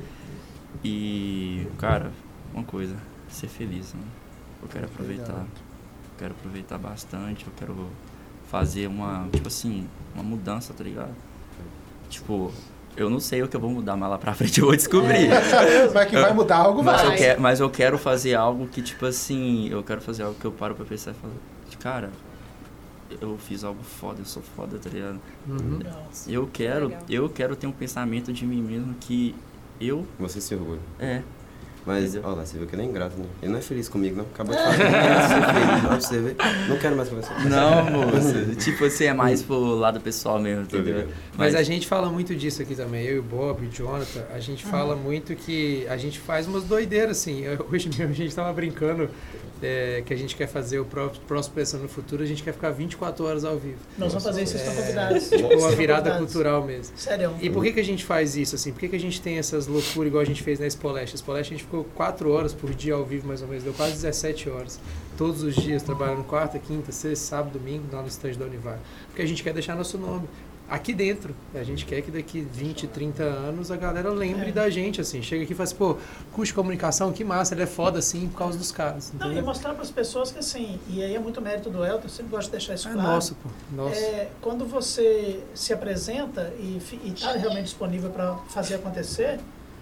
E, cara, uma coisa, ser feliz, né? Eu quero aproveitar bastante, eu quero fazer uma mudança, tá ligado? Tipo, eu não sei o que eu vou mudar, mas lá pra frente eu vou descobrir. Mas que vai mudar algo, mas eu quero fazer algo que, tipo assim, eu paro pra pensar e falo, cara, eu fiz algo foda, eu sou foda, tá ligado? Eu quero ter um pensamento de mim mesmo que Você se orgulha. Mas, olha lá, você viu que ele é ingrato, né? Ele não é feliz comigo, não. Acabou de falar. Você vê. Não quero mais conversar. Não, moço. Tipo, você é mais pro lado pessoal mesmo, entendeu? Mas a gente fala muito disso aqui também. Eu e o Bob e o Jonathan, a gente fala muito que a gente faz umas doideiras, assim. Hoje mesmo a gente tava brincando que a gente quer fazer o próximo Pensando no Futuro, a gente quer ficar 24 horas ao vivo. Nós vamos fazer isso, vocês estão convidados. Tipo uma virada cultural mesmo. Sério. E por que a gente faz isso, assim? Por que a gente tem essas loucuras igual a gente fez na Spoleste? A Spoleste a gente ficou 4 horas por dia ao vivo, mais ou menos, deu quase 17 horas. Todos os dias, trabalhando quarta, quinta, sexta, sábado, domingo, lá no estande da Univale. Porque a gente quer deixar nosso nome aqui dentro. A gente quer que daqui 20, 30 anos a galera lembre da gente, assim. Chega aqui e fala assim, pô, curso de comunicação, que massa, ele é foda, assim, por causa dos caras. Não, e mostrar para as pessoas que, assim, e aí é muito mérito do Elton, eu sempre gosto de deixar isso claro. Nossa, pô, nossa. Quando você se apresenta e está realmente disponível para fazer acontecer,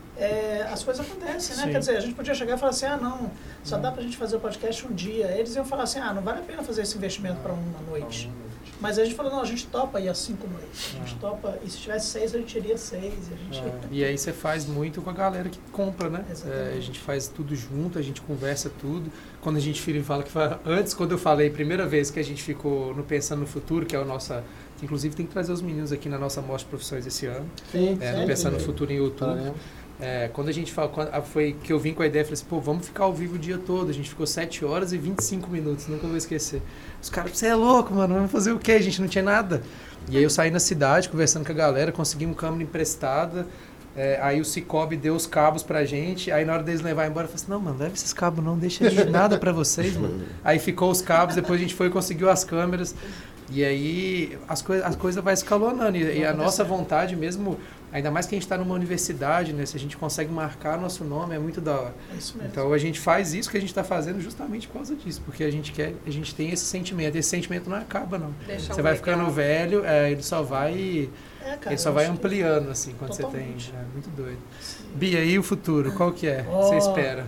as coisas acontecem, né? Sim. Quer dizer, a gente podia chegar e falar assim, não, só dá pra gente fazer o podcast um dia. Eles iam falar assim, não vale a pena fazer esse investimento para uma noite. Mas a gente falou, não, a gente topa ir às 5 noites. A gente topa, e se tivesse 6, a gente iria 6. E aí você faz muito com a galera que compra, né? A gente faz tudo junto, a gente conversa tudo. Quando a gente fala que antes, quando eu falei, primeira vez que a gente ficou no Pensando no Futuro, que é o nosso... Inclusive tem que trazer os meninos aqui na nossa Mostra de Profissões esse ano. Sim, no Pensando no Futuro em outubro. Quando a gente foi que eu vim com a ideia, falei assim, pô, vamos ficar ao vivo o dia todo. A gente ficou 7 horas e 25 minutos, nunca vou esquecer. Os caras, você é louco, mano, vamos fazer o quê? A gente não tinha nada. E aí eu saí na cidade, conversando com a galera, consegui uma câmera emprestada. Aí o Cicobi deu os cabos pra gente. Aí na hora deles levar embora, eu falei assim, não, mano, leva esses cabos não, deixa de nada pra vocês, mano. Aí ficou os cabos, depois a gente foi e conseguiu as câmeras. E aí as coisas vai escalonando. E a nossa vontade mesmo... Ainda mais que a gente está numa universidade, né? Se a gente consegue marcar nosso nome, é muito da hora. É isso mesmo. Então a gente faz isso que a gente está fazendo justamente por causa disso. Porque a gente tem esse sentimento. Esse sentimento não acaba, não. Você vai ficando velho, ele só vai... ele só vai ampliando, assim, quando totalmente. Você tem... muito doido. Sim. Bia, e o futuro? Qual que é? Você espera?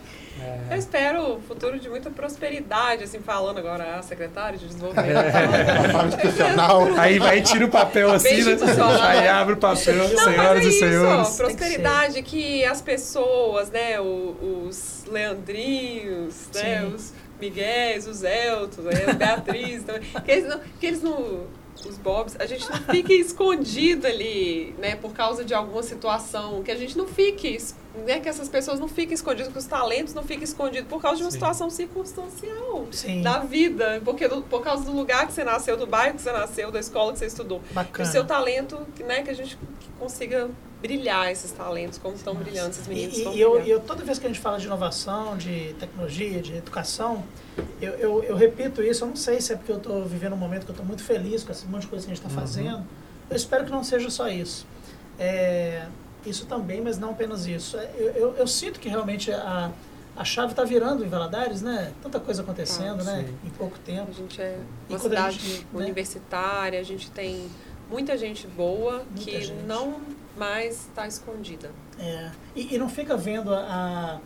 Eu espero um futuro de muita prosperidade, assim, falando agora a secretária de desenvolvimento. Aí vai e tira o papel assim, né? Aí abre o papel, senhoras e senhores. Prosperidade, que as pessoas, né, os Leandrinhos, né, os Miguéis, os Eltos, a Beatriz, também, que eles não... Os Bobs, a gente não fique escondido ali, né, por causa de alguma situação, que a gente não fique, né, que essas pessoas não fiquem escondidas, que os talentos não fiquem escondidos por causa de uma situação circunstancial da vida, porque por causa do lugar que você nasceu, do bairro que você nasceu, da escola que você estudou. Bacana. E o seu talento, né, que a gente consiga brilhar esses talentos, como estão brilhando esses meninos. E eu, toda vez que a gente fala de inovação, de tecnologia, de educação, eu repito isso, eu não sei se é porque eu estou vivendo um momento que eu estou muito feliz com esse monte de coisa que a gente está fazendo. Eu espero que não seja só isso. Isso também, mas não apenas isso. Eu sinto que realmente a chave está virando em Valadares, né? Tanta coisa acontecendo, né? Em pouco tempo. A gente é uma cidade universitária, a gente tem muita gente boa não mais está escondida. E não fica vendo a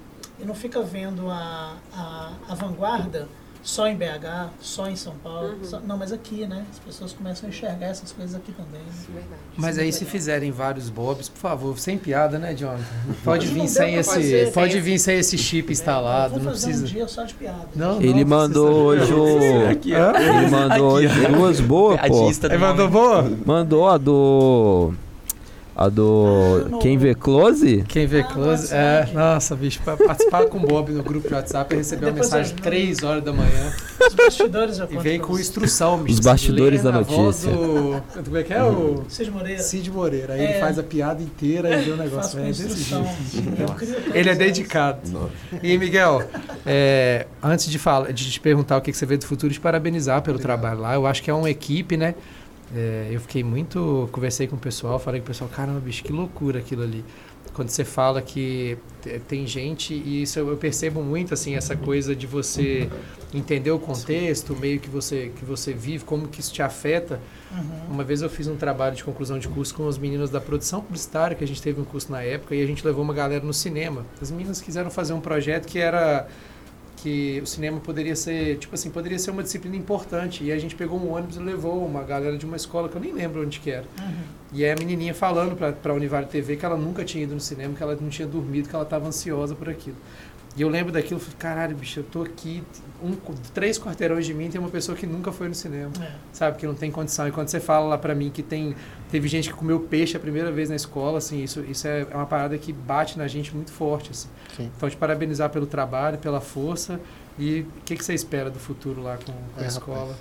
vanguarda só em BH, só em São Paulo. Não, mas aqui, né? As pessoas começam a enxergar essas coisas aqui também. Verdade. Mas aí se fizerem vários Bobs, por favor, sem piada, né, Jonathan? Pode vir sem esse chip instalado. Vamos não fazer precisa. um dia só de piada. Ele mandou hoje ele mandou hoje duas boas, pô. Ele mandou boa? Mandou a do Quem Vê Close? Quem Vê Close, nossa, bicho, para participar com o Bob no grupo de WhatsApp, eu recebi uma mensagem 3 horas da manhã. Os bastidores e veio com instrução, bicho. Os bastidores da notícia. Como é que é o... Cid Moreira. Aí ele faz a piada inteira e vê o negócio. Desse jeito. Ele é dedicado. E, Miguel, antes de te perguntar o que você vê do futuro, te parabenizar pelo trabalho lá. Eu acho que é uma equipe, né? Eu fiquei conversei com o pessoal, falei com o pessoal, caramba, bicho, que loucura aquilo ali. Quando você fala que tem gente, e isso eu percebo muito, assim, essa coisa de você entender o contexto, o meio que você vive, como que isso te afeta. Uma vez eu fiz um trabalho de conclusão de curso com os meninos da produção publicitária, que a gente teve um curso na época, e a gente levou uma galera no cinema. As meninas quiseram fazer um projeto que o cinema poderia ser, poderia ser uma disciplina importante. E a gente pegou um ônibus e levou uma galera de uma escola que eu nem lembro onde que era. E aí a menininha falando para a Univale TV que ela nunca tinha ido no cinema, que ela não tinha dormido, que ela estava ansiosa por aquilo. E eu lembro daquilo, falei, caralho, bicho, eu tô aqui, 3 quarteirões de mim tem uma pessoa que nunca foi no cinema, sabe, que não tem condição. E quando você fala lá pra mim que teve gente que comeu peixe a primeira vez na escola, assim, isso é uma parada que bate na gente muito forte, assim. Sim. Então, te parabenizar pelo trabalho, pela força. E o que você espera do futuro lá com a escola?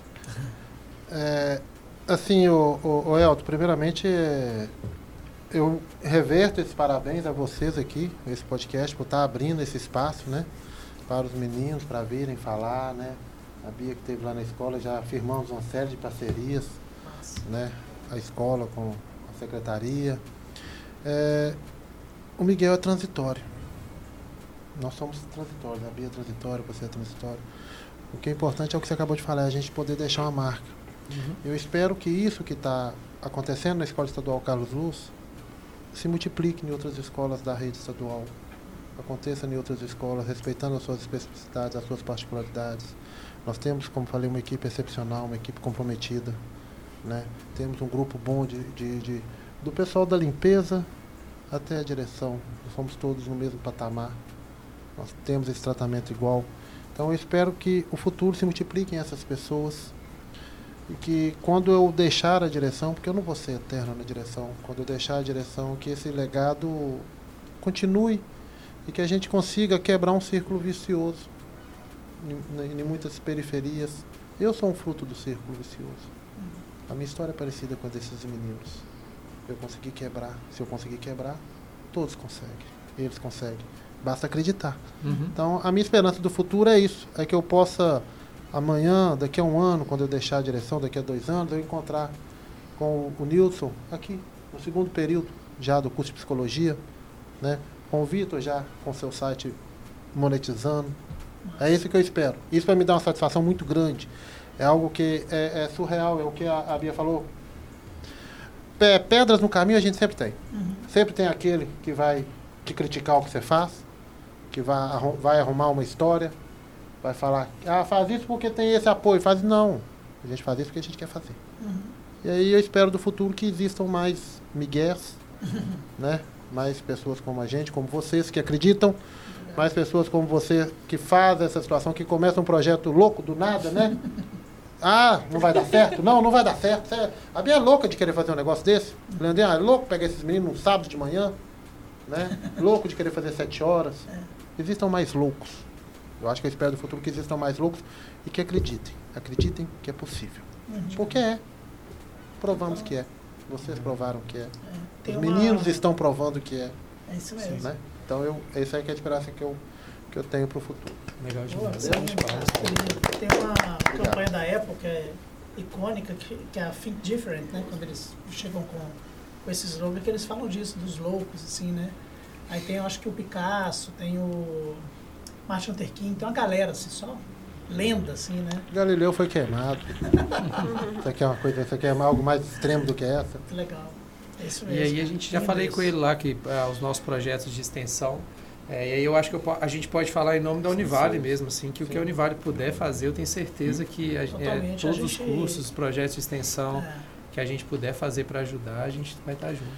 Assim, o Elton, primeiramente, eu reverto esses parabéns a vocês aqui, esse podcast, por estar abrindo esse espaço, né, para os meninos, para virem falar, né. A Bia que esteve lá na escola, já firmamos uma série de parcerias, né, a escola com a secretaria. O Miguel é transitório. Nós somos transitórios, a Bia é transitória, você é transitório. O que é importante é o que você acabou de falar, a gente poder deixar uma marca. Eu espero que isso que está acontecendo na Escola Estadual Carlos Luz se multiplique em outras escolas da rede estadual, aconteça em outras escolas, respeitando as suas especificidades, as suas particularidades. Nós temos, como falei, uma equipe excepcional, uma equipe comprometida, né? Temos um grupo bom do pessoal da limpeza até a direção. Nós somos todos no mesmo patamar. Nós temos esse tratamento igual. Então eu espero que o futuro se multiplique em essas pessoas e que quando eu deixar a direção, porque eu não vou ser eterno na direção, quando eu deixar a direção, que esse legado continue e que a gente consiga quebrar um círculo vicioso em muitas periferias. Eu sou um fruto do círculo vicioso. A minha história é parecida com a desses meninos. Eu consegui quebrar. Se eu conseguir quebrar, todos conseguem. Eles conseguem. Basta acreditar. Então, a minha esperança do futuro é isso. É que eu possa, amanhã, daqui a 1 ano, quando eu deixar a direção, daqui a 2 anos, eu encontrar com o Nilson, aqui, no 2º período, já do curso de psicologia, né? Com o Vitor, já com seu site monetizando. É isso que eu espero. Isso vai me dar uma satisfação muito grande. É algo que é surreal, é o que a Bia falou. Pedras no caminho a gente sempre tem. Sempre tem aquele que vai te criticar o que você faz, que vai arrumar uma história, vai falar, faz isso porque tem esse apoio. Não, a gente faz isso porque a gente quer fazer. E aí eu espero do futuro que existam mais migués, né? Mais pessoas como a gente, como vocês que acreditam, mais pessoas como você que fazem essa situação, que começa um projeto louco do nada, né? Não vai dar certo? Não vai dar certo. A Bia é louca de querer fazer um negócio desse. Leandrinho é louco pegar esses meninos num sábado de manhã, né? Louco de querer fazer 7 horas. Existam mais loucos. Eu acho que eu espero do futuro que existam mais loucos e que acreditem. Acreditem que é possível. Porque é. Provamos que é. Vocês provaram que é. Os meninos estão provando que é. É isso mesmo. Né? Então, essa aí que é a esperança que eu tenho para o futuro. Legal demais. Tem uma campanha da Apple que é icônica, que é a Think Different, né? Quando eles chegam com esse slogan, que eles falam disso, dos loucos, assim, né? Aí tem, eu acho que o Picasso, tem o Martin Luther King, tem uma galera, assim, só lenda, assim, né? Galileu foi queimado. Isso aqui é uma coisa, isso aqui é algo mais extremo do que essa. Legal. É isso mesmo. E aí a gente já falei com ele lá que os nossos projetos de extensão. E aí eu acho que a gente pode falar em nome da Univale mesmo, assim, que o que a Univale puder fazer, eu tenho certeza que todos os cursos, os projetos de extensão que a gente puder fazer para ajudar, a gente vai estar junto.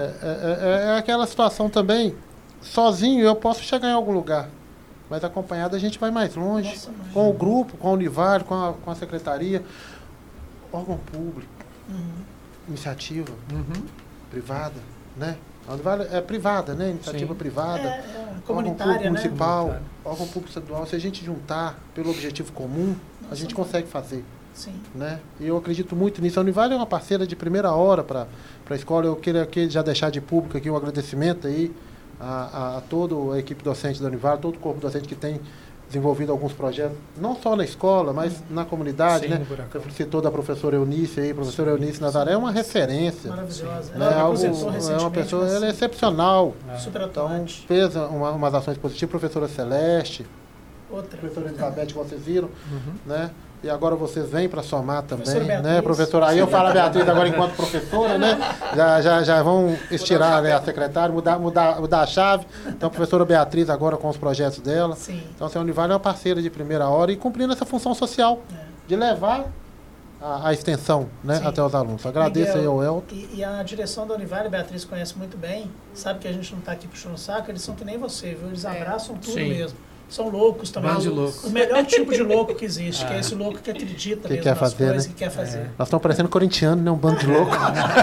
É aquela situação também, sozinho eu posso chegar em algum lugar, mas acompanhado a gente vai mais longe. Nossa, com o grupo, com a Univale, com a secretaria, órgão público, iniciativa privada, né? A Univale é privada, né? Iniciativa privada, comunitária, órgão público municipal, né? órgão público estadual. Se a gente juntar pelo objetivo comum, a gente consegue fazer. Sim. Né? E eu acredito muito nisso. A Univale é uma parceira de primeira hora para a escola. Eu queria aqui já deixar de público aqui um agradecimento aí a toda a equipe docente da Univale, todo o corpo docente que tem desenvolvido alguns projetos, não só na escola, mas na comunidade, né? Você citou da professora Eunice aí, professora Eunice Nazaré é uma referência. Maravilhosa. Né? É uma pessoa, ela é excepcional. Super então, fez umas ações positivas, professora Celeste, outra. Professora Elizabeth, que vocês viram, né? E agora vocês vêm para somar também, Beatriz, né, professora? Aí eu falo a Beatriz agora enquanto professora, né? Já vão estirar, né, a secretária, mudar a chave. Então, a professora Beatriz agora com os projetos dela. Sim. Então, a Univale é uma parceira de primeira hora e cumprindo essa função social de levar a extensão, né, até os alunos. Agradeço, Miguel, aí ao Elton. E a direção da Univale, a Beatriz conhece muito bem, sabe que a gente não está aqui puxando o saco, eles são que nem você, viu? Eles abraçam tudo mesmo. são loucos também. O melhor tipo de louco que existe, que é esse louco que acredita mesmo nas coisas, que quer fazer. Nós estamos parecendo corintiano, né? Um bando de louco.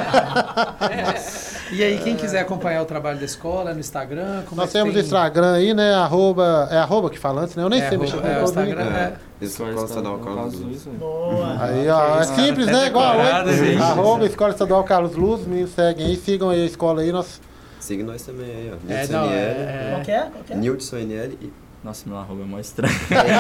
E aí, quem quiser acompanhar o trabalho da escola, no Instagram... Nós temos o Instagram aí, né? @, que fala antes, né? Eu nem sei mexer no Instagram. Escola Estadual Carlos Luz. Aí, ó, é simples, né? Igual @, Escola Estadual Carlos Luz, os meninos seguem aí, sigam aí a escola aí, Siga nós também aí, ó. Qual que é? Nilson NL e... Nossa, meu arroba é mó estranho.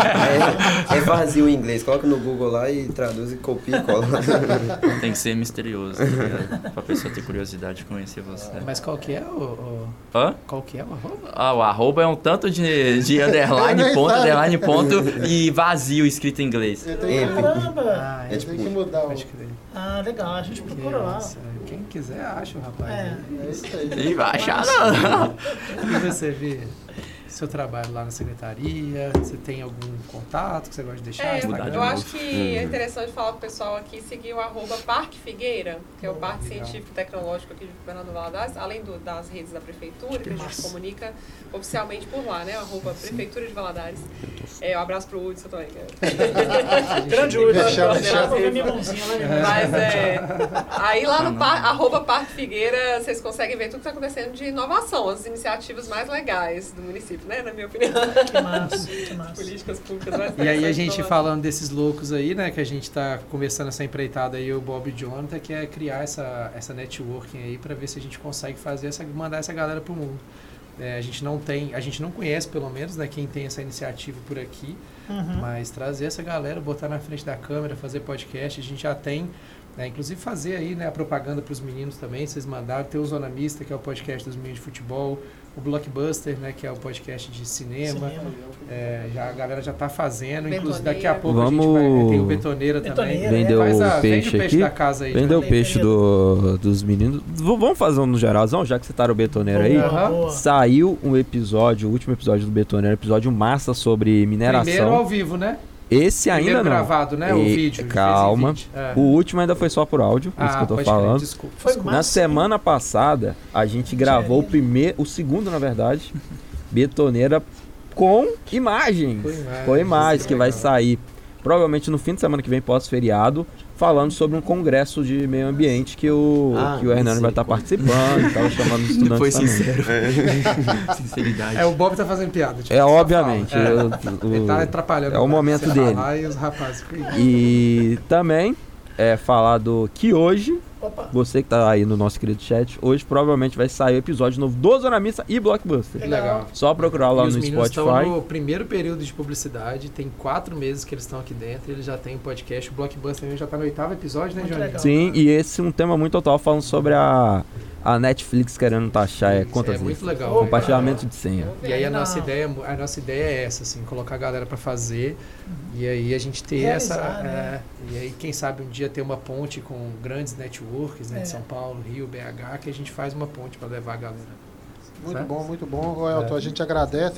É vazio o inglês. Coloca no Google lá e traduz e copia e cola. Tem que ser misterioso, tá ligado? Pra pessoa ter curiosidade de conhecer você. Mas qual que é o... Hã? Qual que é o arroba? O arroba é um tanto de underline, ponto e vazio escrito em inglês. Caramba! É tipo, tem que mudar o... Legal, a gente procura lá. Quem quiser acha o rapaz. É isso aí. E vai achar não. E você vê seu trabalho lá na secretaria? Você tem algum contato que você gosta de deixar? Eu acho que é interessante falar pro pessoal aqui seguir o @Parque Figueira, que é o Parque Científico e Tecnológico aqui de Governador Valadares, além das redes da Prefeitura, que a gente comunica oficialmente por lá, né? @Prefeitura de Valadares. Um abraço pro Hudson também. Grande Hudson. Mas aí lá no @Parque Figueira, vocês conseguem ver tudo que está acontecendo de inovação, as iniciativas mais legais do município, né? Na minha opinião. Que massa. Políticas públicas mais E aí a gente falando desses loucos aí, né? Que a gente está começando essa empreitada aí, o Bob e o Jonathan, que é criar essa networking aí para ver se a gente consegue mandar essa galera pro mundo. A gente não conhece pelo menos, né, quem tem essa iniciativa por aqui, mas trazer essa galera, botar na frente da câmera, fazer podcast, a gente já tem, inclusive fazer aí, né, a propaganda para os meninos também, vocês mandaram, tem o Zona Mista, que é o podcast dos meninos de futebol, o Blockbuster, né, que é o podcast de cinema. A galera já está fazendo, inclusive daqui a pouco a gente vai ter o Betoneira também. Vender o peixe aqui, da casa aí, vender o peixe dos meninos. Vamos fazer um no geralzão, já que você tá no Betoneira aí. Saiu um episódio, o último episódio do Betoneira, episódio massa sobre mineração. Primeiro ao vivo, né? Esse ainda não. Gravado, né? O vídeo. Calma. O último ainda foi só por áudio, isso que eu tô falando. Desculpa. Na semana passada, a gente gravou o segundo, na verdade, Betoneira com imagens. Com imagens que vai sair provavelmente no fim de semana que vem, pós-feriado, falando sobre um congresso de meio ambiente que o Hernani vai estar participando, estava chamando os estudantes. Foi sincero. Sinceridade. O Bob tá fazendo piada. Tipo, obviamente. Ele tá atrapalhando. É o momento dele. E os rapazes. E também falar do que hoje, você que tá aí no nosso querido chat, hoje provavelmente vai sair o episódio novo do Zona Mista e Blockbuster. Legal. Só procurar lá no Spotify. Eles estão no primeiro período de publicidade, tem 4 meses que eles estão aqui dentro, eles já têm um podcast, o Blockbuster já tá no 8º episódio, né, Johnny? Sim, e esse é um tema muito atual, falando sobre a Netflix querendo taxar contas. É muito legal. Compartilhamento de senha. E aí a nossa ideia é essa, assim, colocar a galera para fazer, e aí a gente ter e aí quem sabe um dia ter uma ponte com grandes networks, né, de São Paulo, Rio, BH, que a gente faz uma ponte para levar a galera. Muito bom, muito bom. Elton, a gente agradece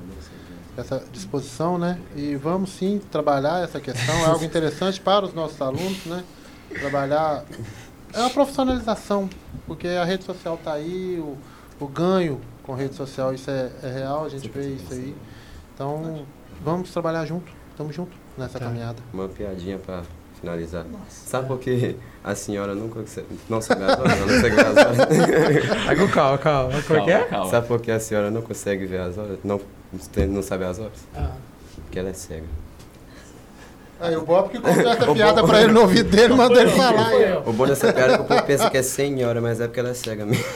essa disposição, né? E vamos sim trabalhar essa questão, é algo interessante para os nossos alunos, né? Trabalhar é uma profissionalização, porque a rede social está aí, o ganho com a rede social, isso é real, a gente vê isso aí. Então, vamos trabalhar junto, estamos juntos nessa caminhada. Uma piadinha para finalizar. Sabe por que a senhora nunca não sabe as horas? Não consegue ver as horas? Calma. Como é que é? Sabe por que a senhora não consegue ver as horas? Não sabe as horas? Porque ela é cega. Aí o Bob que contou essa piada pra ele no ouvido dele, mandou ele falar. O bom dessa piada é que o povo pensa que é senhora, mas é porque ela é cega mesmo.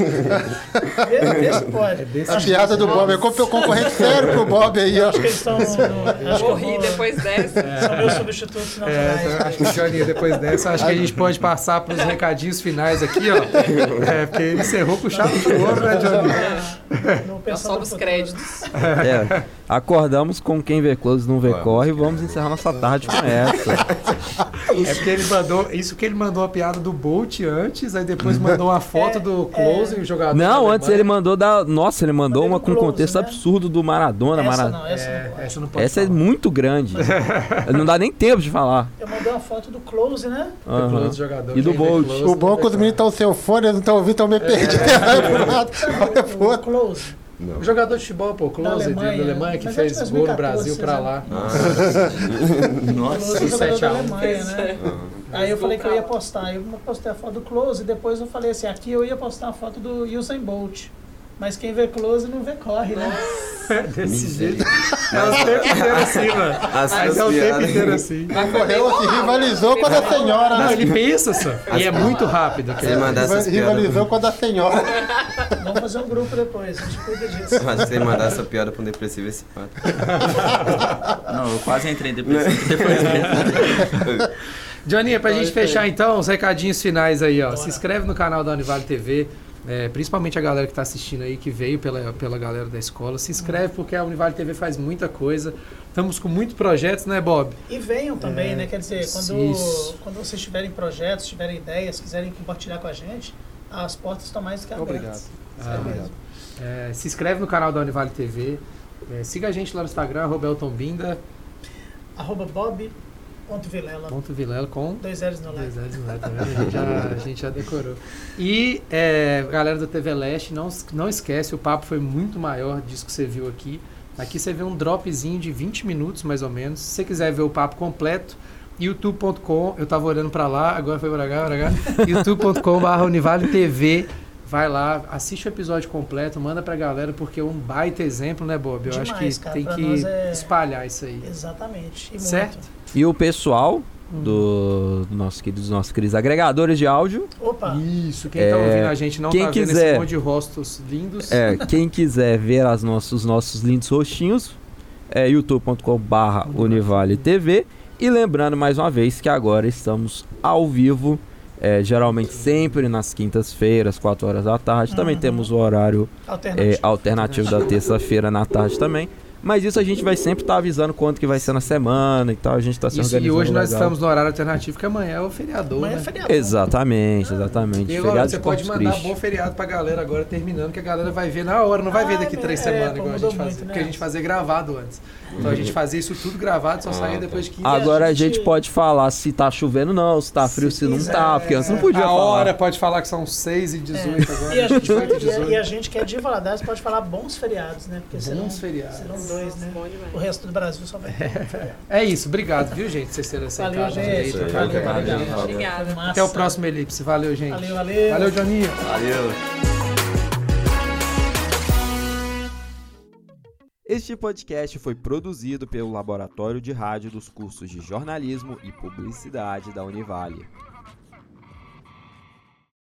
A piada do Bob é concorrente sério pro Bob aí, ó. Acho que eles estão... Morri depois dessa. São meus substitutos naturais. Acho que o Johnny, depois dessa, acho que a gente pode passar pros recadinhos finais aqui, ó. Porque ele encerrou com chave de ouro, né, Johnny? Só nos créditos. Acordamos com quem vê close não vê corre e vamos encerrar nossa tarde com essa. É porque ele mandou, isso que ele mandou a piada do Bolt antes, aí depois mandou uma foto do Close, o jogador. Não, antes ele mandou ele mandou uma com contexto absurdo do Maradona. Essa não pode essa é muito grande. Não dá nem tempo de falar. Eu mandou uma foto do Close, né? Do Close, jogador. E do Bolt. O bom é que os meninos estão sem o fone, eles não estão ouvindo, estão meio perdidos. O Close. O jogador de futebol, pô, Close, da Alemanha, que fez gol no Brasil pra lá. Nossa, 7 a 1. Né? Aí eu falei que eu ia postar. Aí eu postei a foto do Close e depois eu falei assim, aqui eu ia postar a foto do Usain Bolt. Mas quem vê Close não vê corre, né? Desse jeito. É o tempo inteiro assim, mano. Mas é o tempo inteiro assim. Correu assim, rivalizou com a da senhora. Não, ele pensa só. E é muito rápido. Rivalizou com a da senhora. Vamos fazer um grupo depois, a gente cuida disso. Mas se você mandar essa piada pra um depressivo, esse mata. Não, eu quase entrei em depressivo depois mesmo. Johnny, pra gente fechar então, os recadinhos finais aí, ó. Se inscreve no canal da Univale TV. Principalmente a galera que está assistindo aí, que veio pela galera da escola, se inscreve porque a Univale TV faz muita coisa. Estamos com muitos projetos, né, Bob? E venham também, né? Quer dizer, quando vocês tiverem projetos, tiverem ideias, quiserem compartilhar com a gente, as portas estão mais do que abertas. Obrigado. Se inscreve no canal da Univale TV. Siga a gente lá no Instagram, @eltonbinda. @Bob.Vilela. Vilela com 2 L's no like. 2 L's no like, tá vendo? A gente já decorou. E galera do TV Leste, não esquece, o papo foi muito maior disso que você viu aqui. Aqui você vê um dropzinho de 20 minutos, mais ou menos. Se você quiser ver o papo completo, youtube.com, eu tava olhando pra lá, agora foi pra cá. youtube.com/UnivaleTV. Vai lá, assiste o episódio completo, manda pra galera, porque é um baita exemplo, né, Bob? Eu acho que tem que espalhar isso aí. Exatamente. E certo? muito. E o pessoal dos nossos queridos agregadores de áudio. Opa! Isso, quem tá ouvindo a gente não tá vendo esse monte de rostos lindos. Quem quiser ver os nossos lindos rostinhos, é youtube.com/UnivaleTV. E lembrando mais uma vez que agora estamos ao vivo, geralmente sempre nas quintas-feiras, 4 horas da tarde. Também temos o horário alternativo da terça-feira na tarde também. Mas isso a gente vai sempre estar avisando quanto que vai ser na semana e tal. A gente está se organizando. E hoje nós legal. estamos no horário alternativo, que amanhã é o feriador, né? Exatamente. E agora você pode mandar bom feriado pra galera agora, terminando, que a galera vai ver na hora, não vai ver daqui 3 semanas, igual a gente fazia. Muito, né? Porque a gente fazia gravado antes. Então a gente fazia isso tudo gravado, só saía depois de 15 dias. Agora a gente pode falar se tá chovendo não, se tá frio, se não tá, porque antes não podia falar. A hora pode falar que são 6h18 agora. E a gente que é de Valadares pode falar bons feriados, né? Porque serão 2, né? O resto do Brasil só vai ter um feriado. É isso, obrigado, viu, gente, vocês terem aceitado. Valeu, gente. Obrigada. Até o próximo Elipse. Valeu, gente. Valeu. Valeu, Joninha. Valeu. Este podcast foi produzido pelo Laboratório de Rádio dos cursos de Jornalismo e Publicidade da Univale.